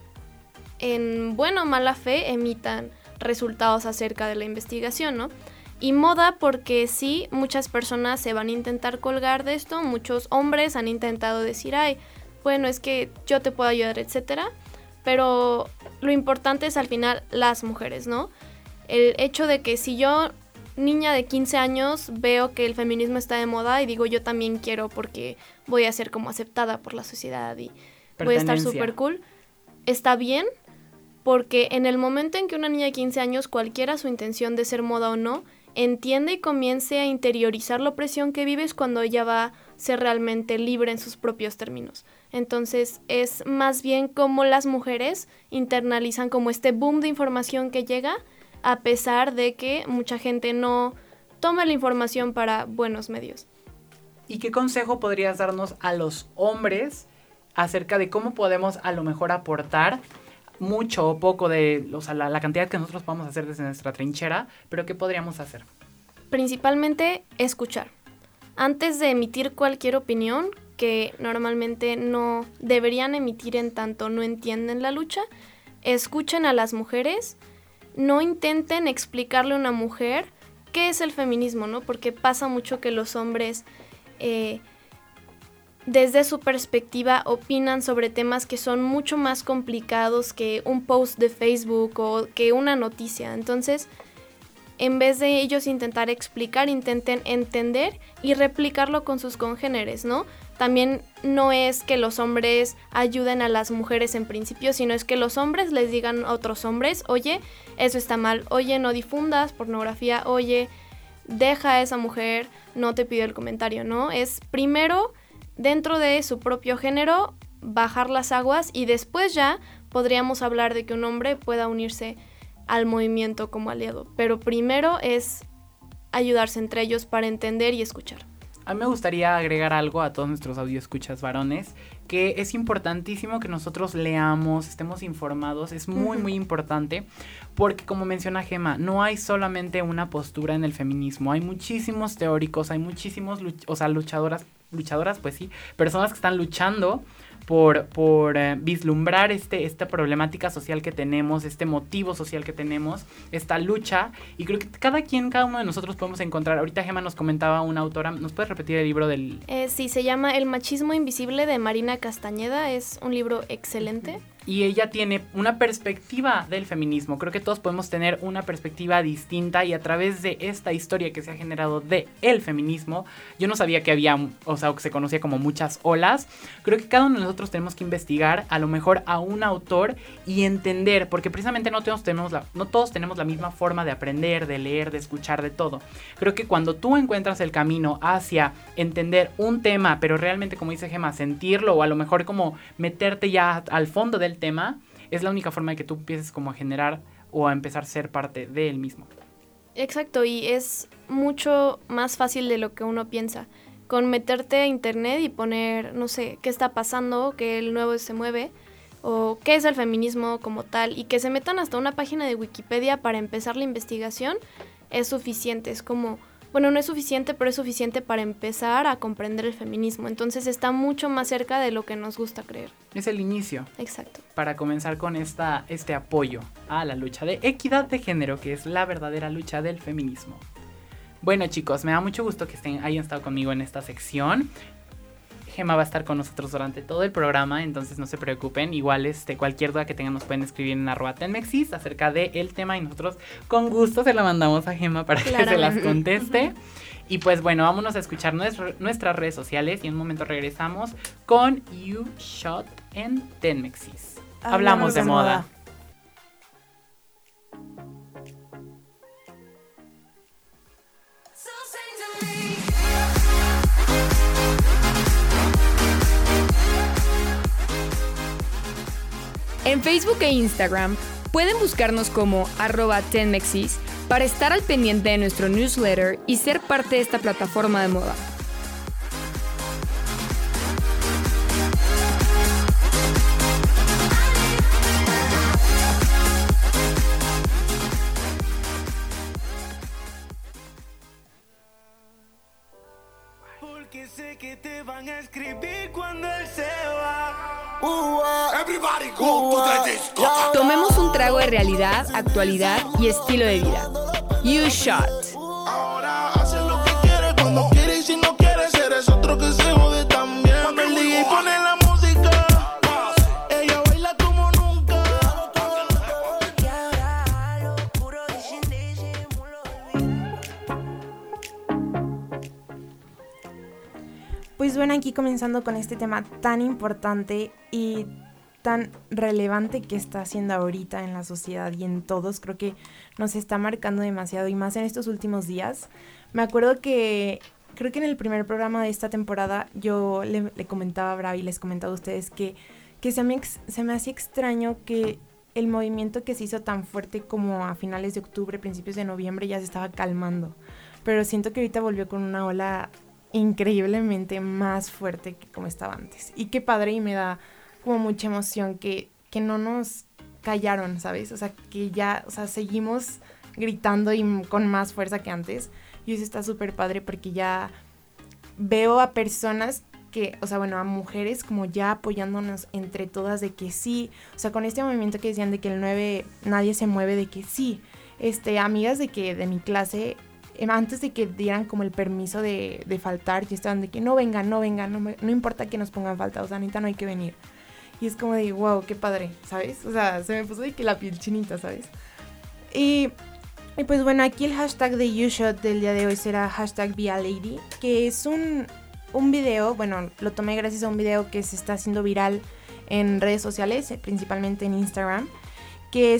en buena o mala fe emitan resultados acerca de la investigación, ¿no? Y moda porque sí, muchas personas se van a intentar colgar de esto, muchos hombres han intentado decir, ay, bueno, es que yo te puedo ayudar, etcétera, pero lo importante es al final las mujeres, ¿no? El hecho de que si yo, niña de 15 años, veo que el feminismo está de moda y digo yo también quiero porque voy a ser como aceptada por la sociedad y voy a estar súper cool, está bien. Porque en el momento en que una niña de 15 años, cualquiera su intención de ser moda o no, entiende y comience a interiorizar la opresión que vive es cuando ella va a ser realmente libre en sus propios términos. Entonces es más bien como las mujeres internalizan como este boom de información que llega, a pesar de que mucha gente no toma la información para buenos medios.
¿Y qué consejo podrías darnos a los hombres acerca de cómo podemos a lo mejor aportar mucho o poco de, o sea, la cantidad que nosotros podemos hacer desde nuestra trinchera, pero qué podríamos hacer?
Principalmente escuchar. Antes de emitir cualquier opinión, que normalmente no deberían emitir en tanto no entienden la lucha, escuchen a las mujeres, no intenten explicarle a una mujer qué es el feminismo, ¿no? Porque pasa mucho que los hombres desde su perspectiva opinan sobre temas que son mucho más complicados que un post de Facebook o que una noticia. Entonces, en vez de ellos intentar explicar, intenten entender y replicarlo con sus congéneres, ¿no? También no es que los hombres ayuden a las mujeres en principio, sino es que los hombres les digan a otros hombres, oye, eso está mal, oye, no difundas pornografía, oye, deja a esa mujer, no te pido el comentario, ¿no? Es primero, dentro de su propio género, bajar las aguas y después ya podríamos hablar de que un hombre pueda unirse al movimiento como aliado. Pero primero es ayudarse entre ellos para entender y escuchar.
A mí me gustaría agregar algo a todos nuestros audioescuchas varones, que es importantísimo que nosotros leamos, estemos informados, es muy muy importante, porque como menciona Gema, no hay solamente una postura en el feminismo, hay muchísimos teóricos, hay muchísimos, luchadoras, pues sí, personas que están luchando por vislumbrar esta problemática social que tenemos, este motivo social que tenemos, esta lucha, y creo que cada uno de nosotros podemos encontrar. Ahorita Gema nos comentaba una autora, ¿nos puedes repetir el libro del...?
Sí, se llama El machismo invisible de Marina Castañeda, es un libro excelente.
Y ella tiene una perspectiva del feminismo. Creo que todos podemos tener una perspectiva distinta y a través de esta historia que se ha generado de el feminismo, yo no sabía que había, o sea, que se conocía como muchas olas. Creo que cada uno de nosotros tenemos que investigar a lo mejor a un autor y entender, porque precisamente no todos tenemos la misma forma de aprender, de leer, de escuchar, de todo. Creo que cuando tú encuentras el camino hacia entender un tema, pero realmente, como dice Gema, sentirlo o a lo mejor como meterte ya al fondo del tema, es la única forma de que tú empieces como a generar o a empezar a ser parte de él mismo.
Exacto, y es mucho más fácil de lo que uno piensa. Con meterte a internet y poner, no sé, qué está pasando, que el nuevo se mueve, o qué es el feminismo como tal, y que se metan hasta una página de Wikipedia para empezar la investigación, es suficiente. Es como, bueno, no es suficiente, pero es suficiente para empezar a comprender el feminismo. Entonces está mucho más cerca de lo que nos gusta creer.
Es el inicio.
Exacto.
Para comenzar con este apoyo a la lucha de equidad de género, que es la verdadera lucha del feminismo. Bueno, chicos, me da mucho gusto que hayan estado conmigo en esta sección. Gema va a estar con nosotros durante todo el programa, entonces no se preocupen. Igual cualquier duda que tengan nos pueden escribir en @tenmexis acerca del tema y nosotros con gusto se la mandamos a Gema para que se las conteste. Y pues bueno, vámonos a escuchar nuestras redes sociales y en un momento regresamos con You Shot en Tenmexis. Hablamos de moda.
En Facebook e Instagram pueden buscarnos como @tenmexis para estar al pendiente de nuestro newsletter y ser parte de esta plataforma de moda.
Porque sé que te van a escribir cuando él se va.
Everybody go to the disco.
Tomemos un trago de realidad, actualidad y estilo de vida. You Shot.
Ahora haces lo que quieres cuando quieres y si no quieres eres otro que se jode también. Cuando el DJ pone la música, ella baila como nunca. Y ahora lo puro diciembre
Pues bueno, aquí comenzando con este tema tan importante y tan relevante que está haciendo ahorita en la sociedad y en todos, creo que nos está marcando demasiado y más en estos últimos días. Me acuerdo que, creo que en el primer programa de esta temporada yo le comentaba a Bravi y les comentaba a ustedes que se me hacía extraño que el movimiento que se hizo tan fuerte como a finales de octubre, principios de noviembre ya se estaba calmando, pero siento que ahorita volvió con una ola increíblemente más fuerte que como estaba antes. Y qué padre, y me da como mucha emoción que no nos callaron, ¿sabes? O sea, que ya, o sea, seguimos gritando y con más fuerza que antes. Y eso está súper padre porque ya veo a personas que, o sea, bueno, a mujeres como ya apoyándonos entre todas de que sí, o sea, con este movimiento que decían de que el 9 nadie se mueve, de que sí, amigas de mi clase, antes de que dieran como el permiso de faltar, ya estaban de que no vengan, no importa que nos pongan falta, o sea, ahorita no hay que venir. Y es como de, wow, qué padre, ¿sabes? O sea, se me puso de que la piel chinita, ¿sabes? Y pues bueno, aquí el hashtag de YouShot del día de hoy será #BeALady, que es un video, bueno, lo tomé gracias a un video que se está haciendo viral en redes sociales, principalmente en Instagram, que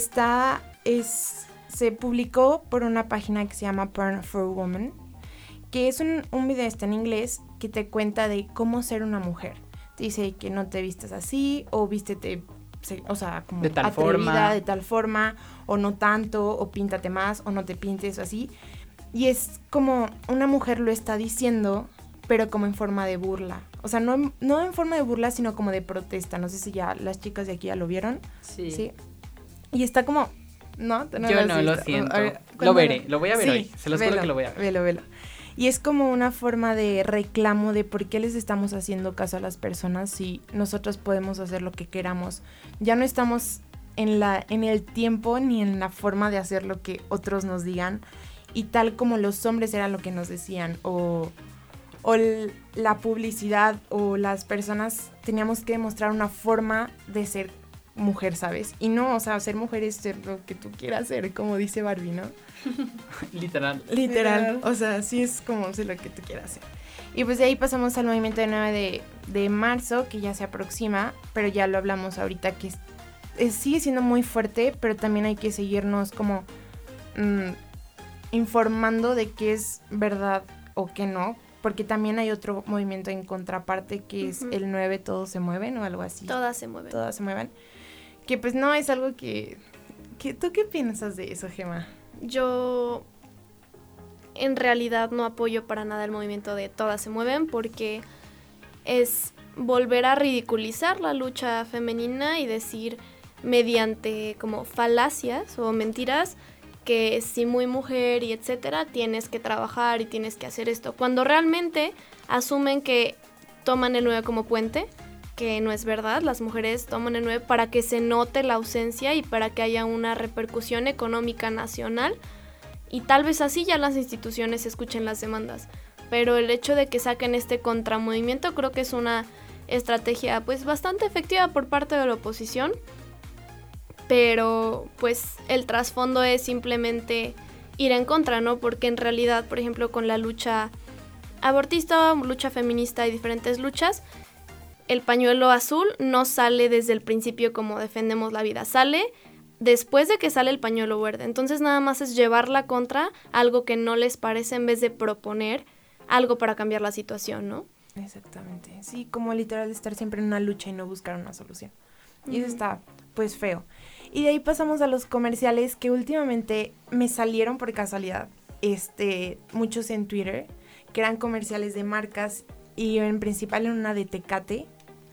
se publicó por una página que se llama Porn for Women, que es un video, está en inglés, que te cuenta de cómo ser una mujer. Te dice que no te vistas así, o vístete, o sea, como
de tal
atrevida,
forma.
de tal forma, o no tanto, o píntate más, o no te pintes, o así. Y es como una mujer lo está diciendo, pero como en forma de burla. O sea, no en forma de burla, sino como de protesta. No sé si ya las chicas de aquí ya lo vieron.
Sí.
Y está como... ¿No? ¿Tú no
Yo
has
no,
visto?
lo siento.
A ver,
Lo veré, lo voy a ver hoy. Se los juro
velo,
que lo voy a ver.
Velo. Y es como una forma de reclamo de por qué les estamos haciendo caso a las personas si nosotros podemos hacer lo que queramos. Ya no estamos en el tiempo ni en la forma de hacer lo que otros nos digan. Y tal como los hombres era lo que nos decían, o la publicidad o las personas teníamos que demostrar una forma de ser mujer, ¿sabes? Y no, o sea, ser mujer es ser lo que tú quieras ser, como dice Barbie, ¿no? Literal. O sea, sí es como ser lo que tú quieras ser. Y pues de ahí pasamos al movimiento del 9 de marzo, que ya se aproxima, pero ya lo hablamos ahorita, que sigue siendo muy fuerte, pero también hay que seguirnos como informando de qué es verdad o qué no, porque también hay otro movimiento en contraparte que es el 9 todos se mueven o algo así.
Todas se mueven.
Que pues no es algo que ¿tú qué piensas de eso, Gemma?
Yo en realidad no apoyo para nada el movimiento de Todas se mueven porque es volver a ridiculizar la lucha femenina y decir mediante como falacias o mentiras que si muy mujer y etcétera tienes que trabajar y tienes que hacer esto, cuando realmente asumen que toman el 9 como puente, que no es verdad. Las mujeres toman el 9 para que se note la ausencia y para que haya una repercusión económica nacional y tal vez así ya las instituciones escuchen las demandas. Pero el hecho de que saquen este contramovimiento creo que es una estrategia pues bastante efectiva por parte de la oposición, pero pues el trasfondo es simplemente ir en contra, ¿no? Porque en realidad, por ejemplo, con la lucha abortista, lucha feminista y diferentes luchas, el pañuelo azul no sale desde el principio como defendemos la vida, sale después de que sale el pañuelo verde. Entonces nada más es llevarla contra algo que no les parece en vez de proponer algo para cambiar la situación, ¿no?
Exactamente. Sí, como literal estar siempre en una lucha y no buscar una solución. Y eso está, pues, feo. Y de ahí pasamos a los comerciales que últimamente me salieron por casualidad, muchos en Twitter, que eran comerciales de marcas y en principal en una de Tecate,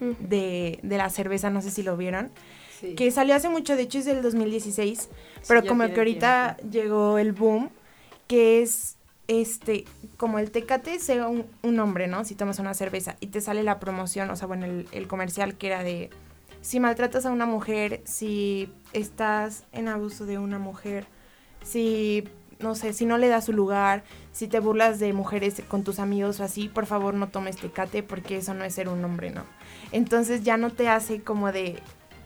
de la cerveza, no sé si lo vieron, sí. Que salió hace mucho, de hecho es del 2016, pero sí, como que ahorita llegó el boom, que es como el Tecate sea un nombre, ¿no? Si tomas una cerveza y te sale la promoción, o sea, bueno, el comercial que era de si maltratas a una mujer, si estás en abuso de una mujer, si, no sé, si no le das su lugar, si te burlas de mujeres con tus amigos o así, por favor no tomes Tecate porque eso no es ser un hombre, ¿no? Entonces ya no te hace como de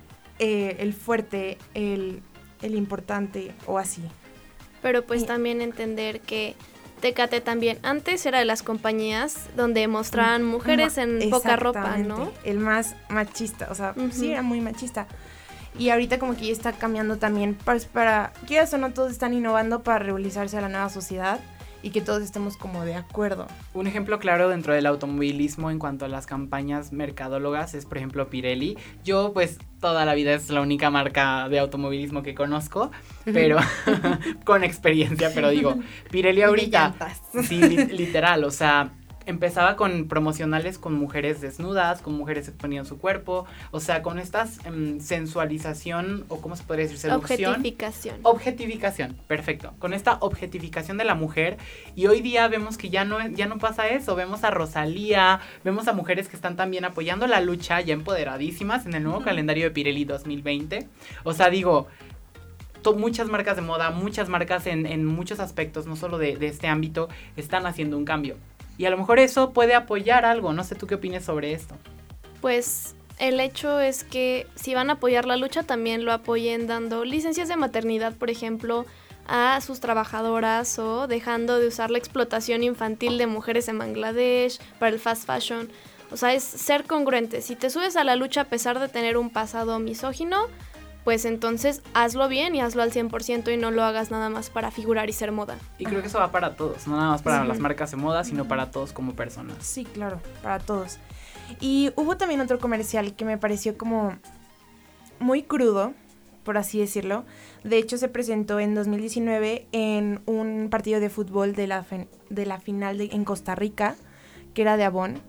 el fuerte, el importante o así.
Pero pues también entender que Tecate también antes era de las compañías donde mostraban mujeres en poca ropa, ¿no?
El más machista, o sea, sí era muy machista. Y ahorita como que ya está cambiando también para quieras o no, todos están innovando para revolucionarse a la nueva sociedad y que todos estemos como de acuerdo.
Un ejemplo claro dentro del automovilismo en cuanto a las campañas mercadólogas es, por ejemplo, Pirelli. Yo, pues, toda la vida es la única marca de automovilismo que conozco, pero con experiencia, pero digo, Pirelli ahorita, sí, literal, o sea, empezaba con promocionales con mujeres desnudas, con mujeres exponiendo su cuerpo, o sea, con esta sensualización, o ¿cómo se podría decir? Seducción. Objetificación, perfecto. Con esta objetificación de la mujer, y hoy día vemos que ya no pasa eso, vemos a Rosalía, vemos a mujeres que están también apoyando la lucha, ya empoderadísimas en el nuevo calendario de Pirelli 2020, o sea, digo, muchas marcas de moda, muchas marcas en muchos aspectos, no solo de este ámbito, están haciendo un cambio. Y a lo mejor eso puede apoyar algo. No sé tú qué opinas sobre esto.
Pues el hecho es que si van a apoyar la lucha, también lo apoyen dando licencias de maternidad, por ejemplo, a sus trabajadoras o dejando de usar la explotación infantil de mujeres en Bangladesh para el fast fashion. O sea, es ser congruente. Si te subes a la lucha a pesar de tener un pasado misógino, pues entonces hazlo bien y hazlo al 100% y no lo hagas nada más para figurar y ser moda.
Y creo que eso va para todos, no nada más para las marcas de moda, sino para todos como personas.
Sí, claro, para todos. Y hubo también otro comercial que me pareció como muy crudo, por así decirlo. De hecho, se presentó en 2019 en un partido de fútbol de la final en Costa Rica, que era de Avon.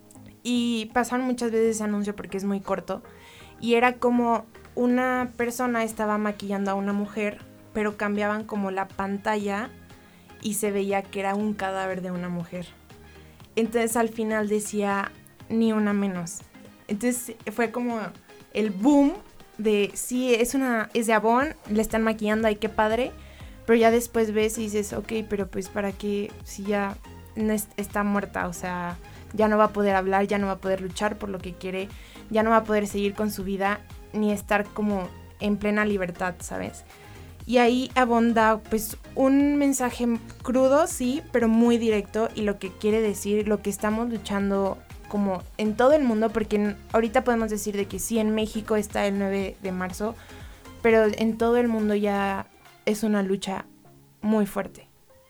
Y pasaron muchas veces ese anuncio porque es muy corto. Y era como una persona estaba maquillando a una mujer, pero cambiaban como la pantalla y se veía que era un cadáver de una mujer. Entonces al final decía ni una menos. Entonces fue como el boom de sí, es de Avon, le están maquillando, ay qué padre, pero ya después ves y dices, ok, pero pues para qué si ya no está muerta, o sea, ya no va a poder hablar, ya no va a poder luchar por lo que quiere, ya no va a poder seguir con su vida ni estar como en plena libertad, ¿sabes? Y ahí Avon da pues un mensaje crudo, sí, pero muy directo, y lo que quiere decir, lo que estamos luchando como en todo el mundo, porque ahorita podemos decir de que sí, en México está el 9 de marzo, pero en todo el mundo ya es una lucha muy fuerte.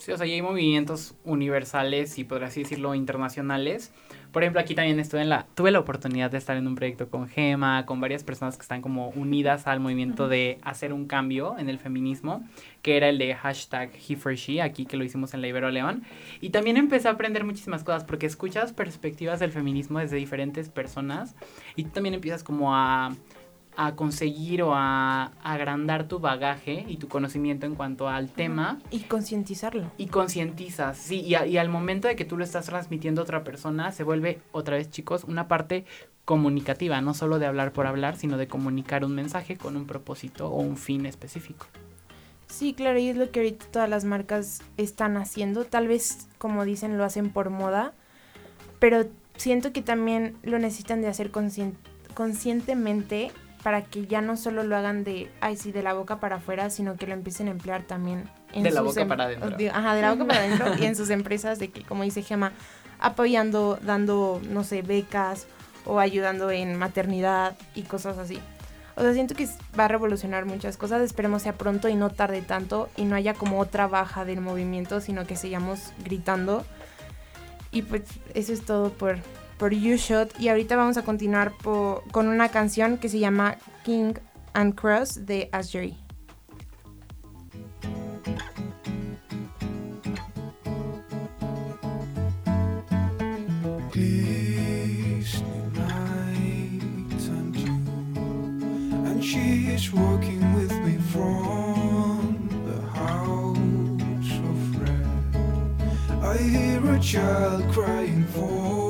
Sí, o sea, y hay movimientos universales y podría así decirlo internacionales. Por ejemplo, aquí también tuve la oportunidad de estar en un proyecto con Gema, con varias personas que están como unidas al movimiento de hacer un cambio en el feminismo, que era el de hashtag #HeForShe, aquí que lo hicimos en la Ibero León. Y también empecé a aprender muchísimas cosas porque escuchas perspectivas del feminismo desde diferentes personas y tú también empiezas como a conseguir o a agrandar tu bagaje y tu conocimiento en cuanto al tema.
Y concientizarlo.
Y concientizas, sí, y al momento de que tú lo estás transmitiendo a otra persona, se vuelve, otra vez chicos, una parte comunicativa, no solo de hablar por hablar, sino de comunicar un mensaje con un propósito o un fin específico.
Sí, claro, y es lo que ahorita todas las marcas están haciendo. Tal vez, como dicen, lo hacen por moda, pero siento que también lo necesitan de hacer conscientemente para que ya no solo lo hagan de la boca para afuera, sino que lo empiecen a emplear también
de la boca para adentro.
De la boca para adentro y en sus empresas, de que, como dice Gema, apoyando, dando, no sé, becas o ayudando en maternidad y cosas así. O sea, siento que va a revolucionar muchas cosas, esperemos sea pronto y no tarde tanto y no haya como otra baja del movimiento, sino que sigamos gritando. Y pues eso es todo por You Shot, y ahorita vamos a continuar con una canción que se llama King and Cross de Asbury.
And she is walking with me from the house of red. I hear a child crying for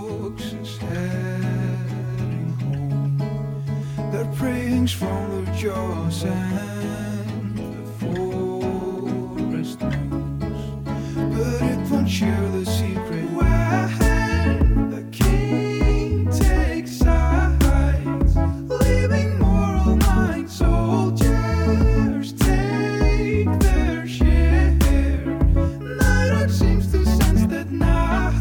heading home. Their prayings from their jaws and the forest moons, but it won't share the secret when the king takes sides, leaving moral mind soldiers take their share. Night seems to sense that now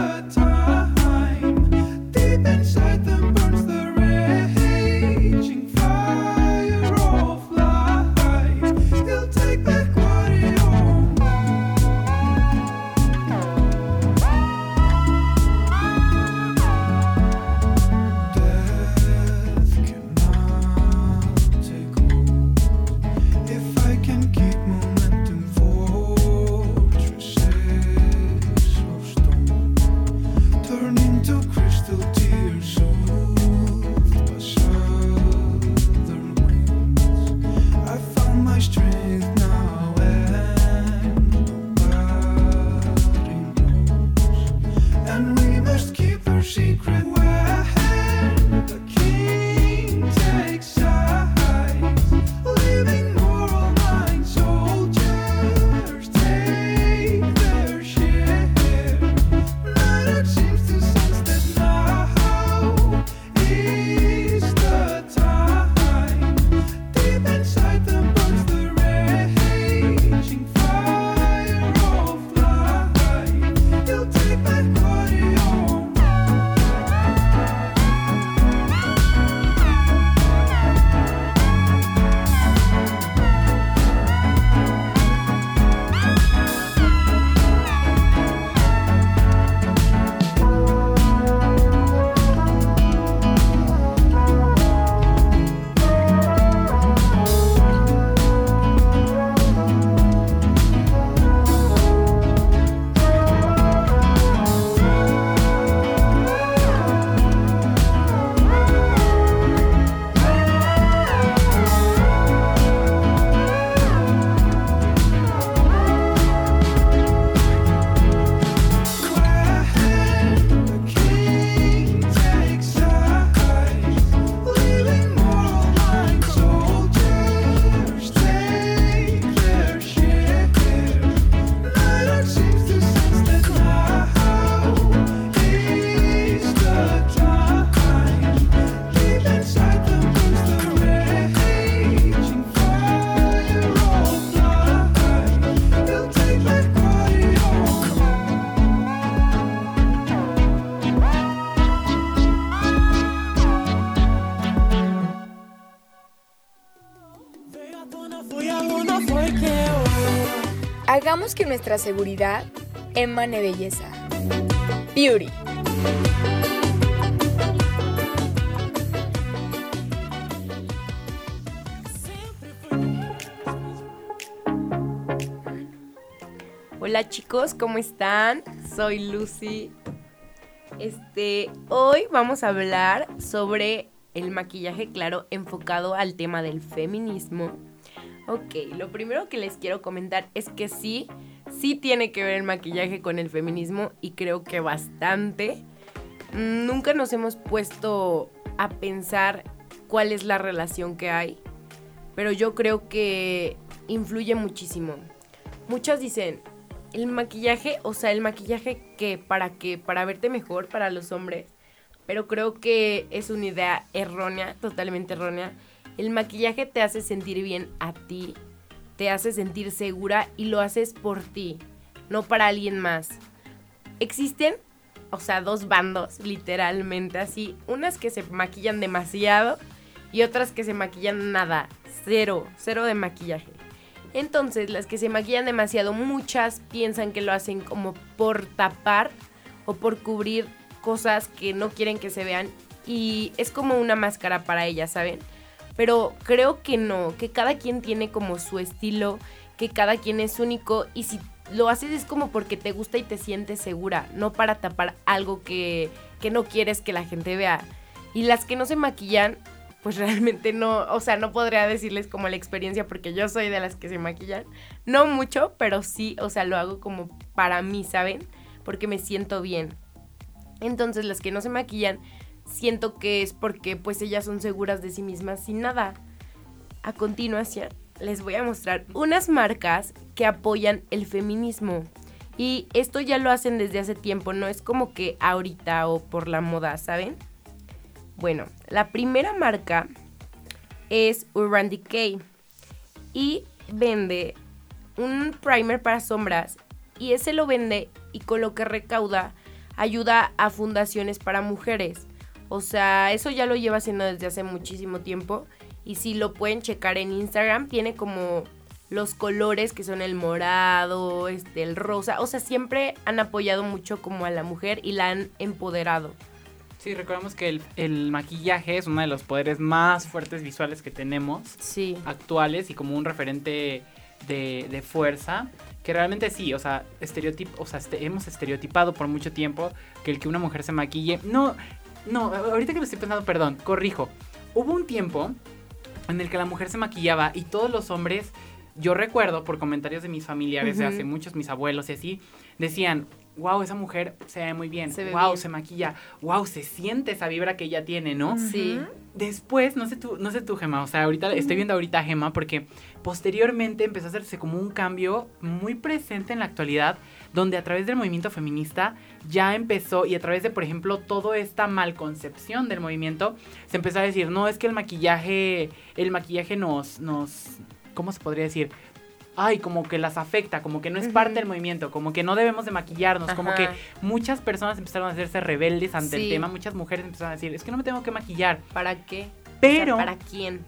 inside them burns the raging
Hagamos que nuestra seguridad emane belleza. Beauty.
Hola chicos, ¿cómo están? Soy Lucy. Hoy vamos a hablar sobre el maquillaje, claro, enfocado al tema del feminismo. Ok, lo primero que les quiero comentar es que sí tiene que ver el maquillaje con el feminismo y creo que bastante. Nunca nos hemos puesto a pensar cuál es la relación que hay, pero yo creo que influye muchísimo. Muchas dicen, el maquillaje que para verte mejor para los hombres, pero creo que es una idea errónea, totalmente errónea. El maquillaje te hace sentir bien a ti, te hace sentir segura y lo haces por ti, no para alguien más. Existen, dos bandos, literalmente así, unas que se maquillan demasiado y otras que se maquillan nada, cero de maquillaje. Entonces, las que se maquillan demasiado, muchas piensan que lo hacen como por tapar o por cubrir cosas que no quieren que se vean y es como una máscara para ellas, ¿saben? Pero creo que no, que cada quien tiene como su estilo, que cada quien es único y si lo haces es como porque te gusta y te sientes segura, no para tapar algo que no quieres que la gente vea. Y las que no se maquillan, pues realmente no podría decirles como la experiencia porque yo soy de las que se maquillan. No mucho, pero sí, lo hago como para mí, ¿saben? Porque me siento bien. Entonces, las que no se maquillan, siento que es porque pues ellas son seguras de sí mismas sin nada. A continuación, les voy a mostrar unas marcas que apoyan el feminismo. Y esto ya lo hacen desde hace tiempo, no es como que ahorita o por la moda, ¿saben? Bueno, la primera marca es Urban Decay y vende un primer para sombras y ese lo vende y con lo que recauda ayuda a fundaciones para mujeres. Eso ya lo lleva haciendo desde hace muchísimo tiempo y si lo pueden checar en Instagram, tiene como los colores que son el morado, el rosa, siempre han apoyado mucho como a la mujer y la han empoderado.
Sí, recordemos que el maquillaje es uno de los poderes más fuertes visuales que tenemos actuales y como un referente de fuerza, que realmente sí, hemos estereotipado por mucho tiempo que una mujer se maquille. No, ahorita que me estoy pensando, perdón, corrijo. Hubo un tiempo en el que la mujer se maquillaba y todos los hombres, yo recuerdo por comentarios de mis familiares de hace muchos, mis abuelos y así, decían, wow, esa mujer se ve muy bien, wow, se maquilla, wow, se siente esa vibra que ella tiene, ¿no?
Sí.
Después, no sé tú, Gema, ahorita estoy viendo ahorita a Gema porque posteriormente empezó a hacerse como un cambio muy presente en la actualidad, donde a través del movimiento feminista ya empezó, y a través de, por ejemplo, toda esta malconcepción del movimiento, se empezó a decir, no, es que el maquillaje nos, ¿cómo se podría decir? Ay, como que las afecta, como que no es parte del movimiento, como que no debemos de maquillarnos, como que muchas personas empezaron a hacerse rebeldes ante el tema, muchas mujeres empezaron a decir, es que no me tengo que maquillar.
¿Para qué?
Pero,
¿para quién?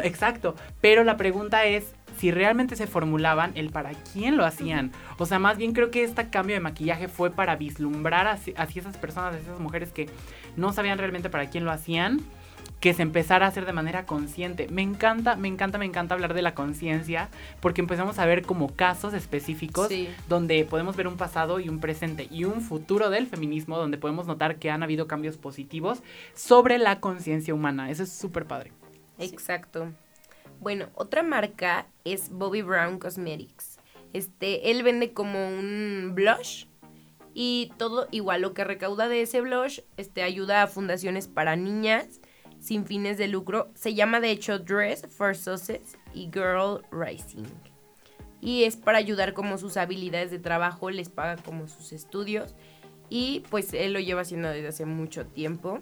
Pero la pregunta es si realmente se formulaban el para quién lo hacían. Más bien creo que este cambio de maquillaje fue para vislumbrar hacia esas personas, hacia esas mujeres que no sabían realmente para quién lo hacían, que se empezara a hacer de manera consciente. Me encanta hablar de la conciencia, porque empezamos a ver como casos específicos donde podemos ver un pasado y un presente y un futuro del feminismo, donde podemos notar que han habido cambios positivos sobre la conciencia humana. Eso es súper padre.
Exacto. Bueno, otra marca es Bobbi Brown Cosmetics. Él vende como un blush y todo igual lo que recauda de ese blush, ayuda a fundaciones para niñas sin fines de lucro. Se llama de hecho Dress for Success y Girl Rising. Y es para ayudar como sus habilidades de trabajo, les paga como sus estudios. Y pues él lo lleva haciendo desde hace mucho tiempo.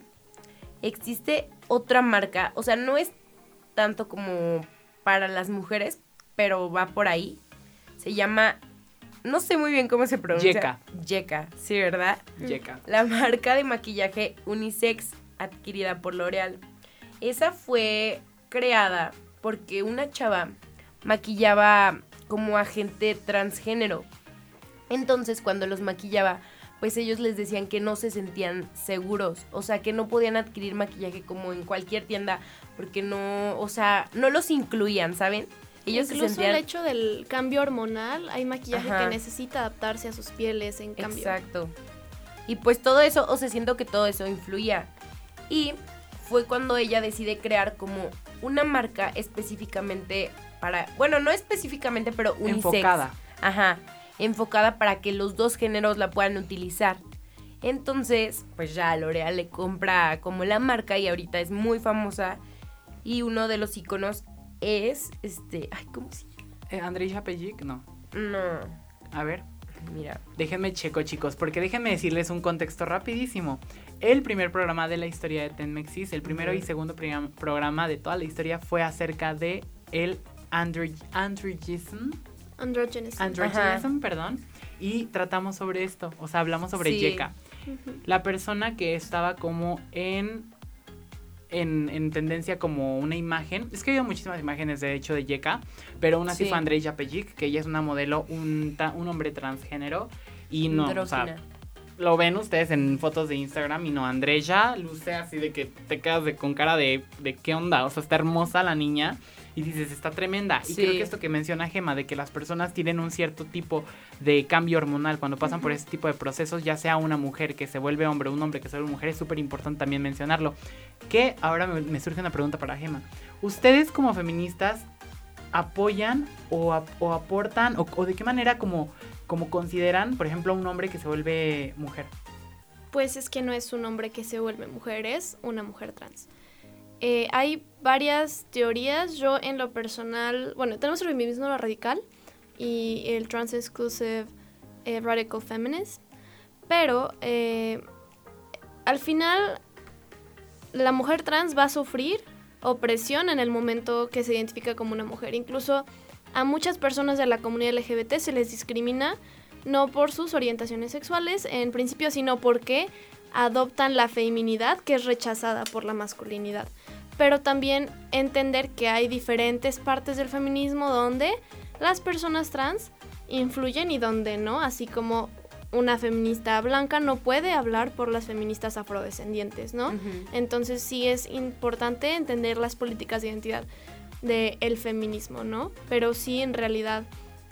Existe otra marca, no es tanto como para las mujeres, pero va por ahí. Se llama, no sé muy bien cómo se pronuncia. Yeka, sí, ¿verdad?
Yeka.
La marca de maquillaje unisex adquirida por L'Oreal. Esa fue creada porque una chava maquillaba como a gente transgénero. Entonces, cuando los maquillaba, pues ellos les decían que no se sentían seguros, o sea, que no podían adquirir maquillaje como en cualquier tienda, porque no, o sea, no los incluían, ¿saben? Ellos
Incluso
se sentían...
el hecho del cambio hormonal, hay maquillaje
Ajá.
que necesita adaptarse a sus pieles en cambio.
Exacto. Y pues todo eso, o sea, siento que todo eso influía. Y fue cuando ella decide crear como una marca específicamente para, bueno, no específicamente, pero unisex.
Enfocada.
Ajá, enfocada para que los dos géneros la puedan utilizar. Entonces, pues ya L'Oréal le compra como la marca y ahorita es muy famosa. Y uno de los iconos es, ay, ¿cómo se llama?
¿Andrei Chapejic? No.
No,
A ver.
mira.
Déjenme checo, chicos, porque déjenme decirles un contexto rapidísimo. El primer programa de la historia de Tenmexis, el primero y segundo programa de toda la historia fue acerca de el androgenism, perdón, y tratamos sobre esto, o sea, hablamos sobre
Sí.
Yeka, la persona que estaba como en tendencia como una imagen. Es que ha habido muchísimas imágenes de hecho de Yeka, pero una sí fue Andrei Chapejic, que ella es una modelo, un hombre transgénero, y no, o sea, lo ven ustedes en fotos de Instagram y no, Andrea luce así de que te quedas con cara de qué onda, o sea, está hermosa la niña y dices, está tremenda. Y creo que esto que menciona Gema, de que las personas tienen un cierto tipo de cambio hormonal cuando pasan por ese tipo de procesos, ya sea una mujer que se vuelve hombre o un hombre que se vuelve mujer, es súper importante también mencionarlo. Que ahora me surge una pregunta para Gema. ¿Ustedes como feministas apoyan o aportan o de qué manera como consideran, por ejemplo, a un hombre que se vuelve mujer?
Pues es que no es un hombre que se vuelve mujer, es una mujer trans. Hay varias teorías. Yo en lo personal, bueno, tenemos el feminismo radical y el trans exclusive radical feminist, pero al final la mujer trans va a sufrir opresión en el momento que se identifica como una mujer. Incluso a muchas personas de la comunidad LGBT se les discrimina no por sus orientaciones sexuales en principio, sino porque adoptan la feminidad que es rechazada por la masculinidad. Pero también entender que hay diferentes partes del feminismo donde las personas trans influyen y donde no, así como una feminista blanca no puede hablar por las feministas afrodescendientes, ¿no? Entonces sí es importante entender las políticas de identidad del feminismo, ¿no? Pero sí, en realidad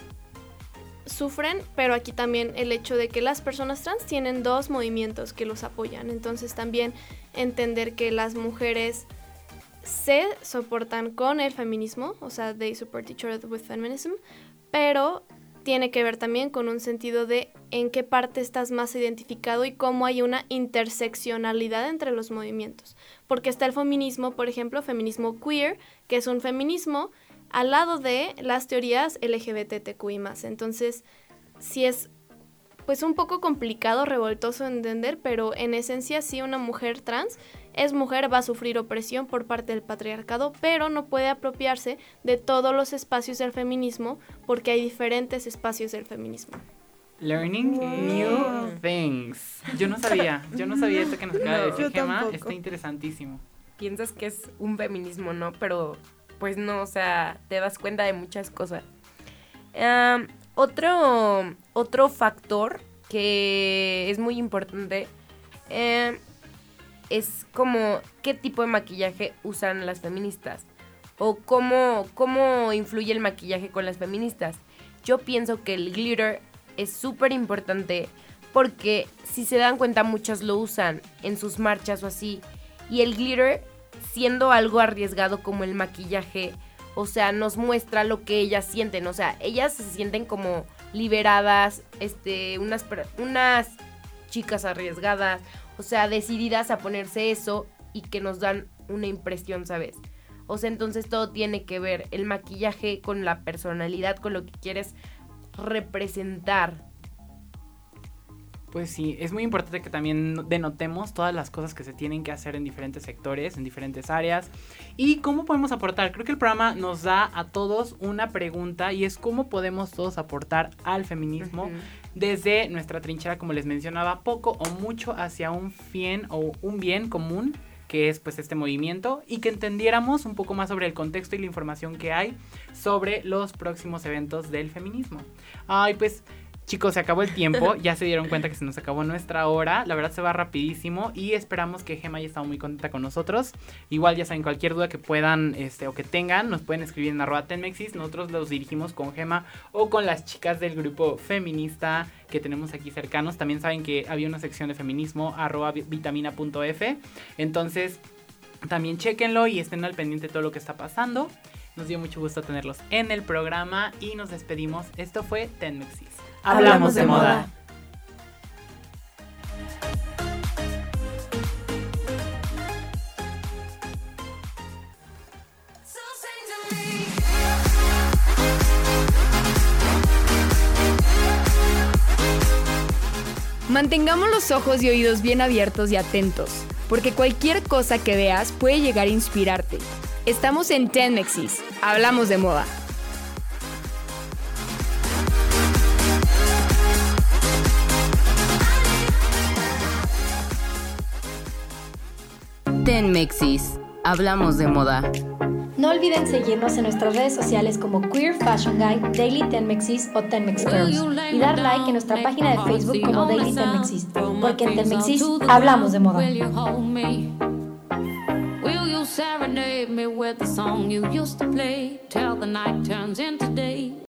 sufren, pero aquí también el hecho de que las personas trans tienen dos movimientos que los apoyan. Entonces también entender que las mujeres se soportan con el feminismo, o sea, they support each other with feminism, pero tiene que ver también con un sentido de en qué parte estás más identificado y cómo hay una interseccionalidad entre los movimientos. Porque está el feminismo, por ejemplo, feminismo queer, que es un feminismo al lado de las teorías LGBTQI+. Entonces, sí es pues un poco complicado, revoltoso de entender, pero en esencia sí una mujer trans es mujer, va a sufrir opresión por parte del patriarcado, pero no puede apropiarse de todos los espacios del feminismo porque hay diferentes espacios del feminismo.
Learning new things. Yo no sabía esto que nos acaba de decir Gema, está interesantísimo.
Piensas que es un feminismo, ¿no? Pero pues no, o sea, te das cuenta de muchas cosas. Otro factor que es muy importante es como qué tipo de maquillaje usan las feministas o cómo influye el maquillaje con las feministas. Yo pienso que el glitter es súper importante porque si se dan cuenta muchas lo usan en sus marchas o así, y el glitter, siendo algo arriesgado como el maquillaje, o sea, nos muestra lo que ellas sienten, o sea, ellas se sienten como liberadas, unas chicas arriesgadas, o sea, decididas a ponerse eso y que nos dan una impresión, ¿sabes? O sea, entonces todo tiene que ver el maquillaje con la personalidad, con lo que quieres representar.
Pues sí, es muy importante que también denotemos todas las cosas que se tienen que hacer en diferentes sectores, en diferentes áreas. ¿Y cómo podemos aportar? Creo que el programa nos da a todos una pregunta y es cómo podemos todos aportar al feminismo desde nuestra trinchera, como les mencionaba, poco o mucho hacia un bien común que es pues este movimiento, y que entendiéramos un poco más sobre el contexto y la información que hay sobre los próximos eventos del feminismo. Ay, pues chicos, se acabó el tiempo, ya se dieron cuenta que se nos acabó nuestra hora, la verdad se va rapidísimo y esperamos que Gema haya estado muy contenta con nosotros. Igual ya saben, cualquier duda que puedan o que tengan, nos pueden escribir en @tenmexis, nosotros los dirigimos con Gema o con las chicas del grupo feminista que tenemos aquí cercanos. También saben que había una sección de feminismo, @vitamina.f, entonces también chéquenlo y estén al pendiente de todo lo que está pasando. Nos dio mucho gusto tenerlos en el programa y nos despedimos. Esto fue Tenmexis. Hablamos de moda.
Mantengamos los ojos y oídos bien abiertos y atentos, porque cualquier cosa que veas puede llegar a inspirarte. Estamos en Tenmexis. Hablamos de moda.
Tenmexis. Hablamos de moda.
No olviden seguirnos en nuestras redes sociales como Queer Fashion Guide, Daily Tenmexis o Tenmex Girls y dar like en nuestra página de Facebook como Daily Tenmexis, porque en Tenmexis hablamos de moda. Serenade me with the song you used to play till the night turns into day.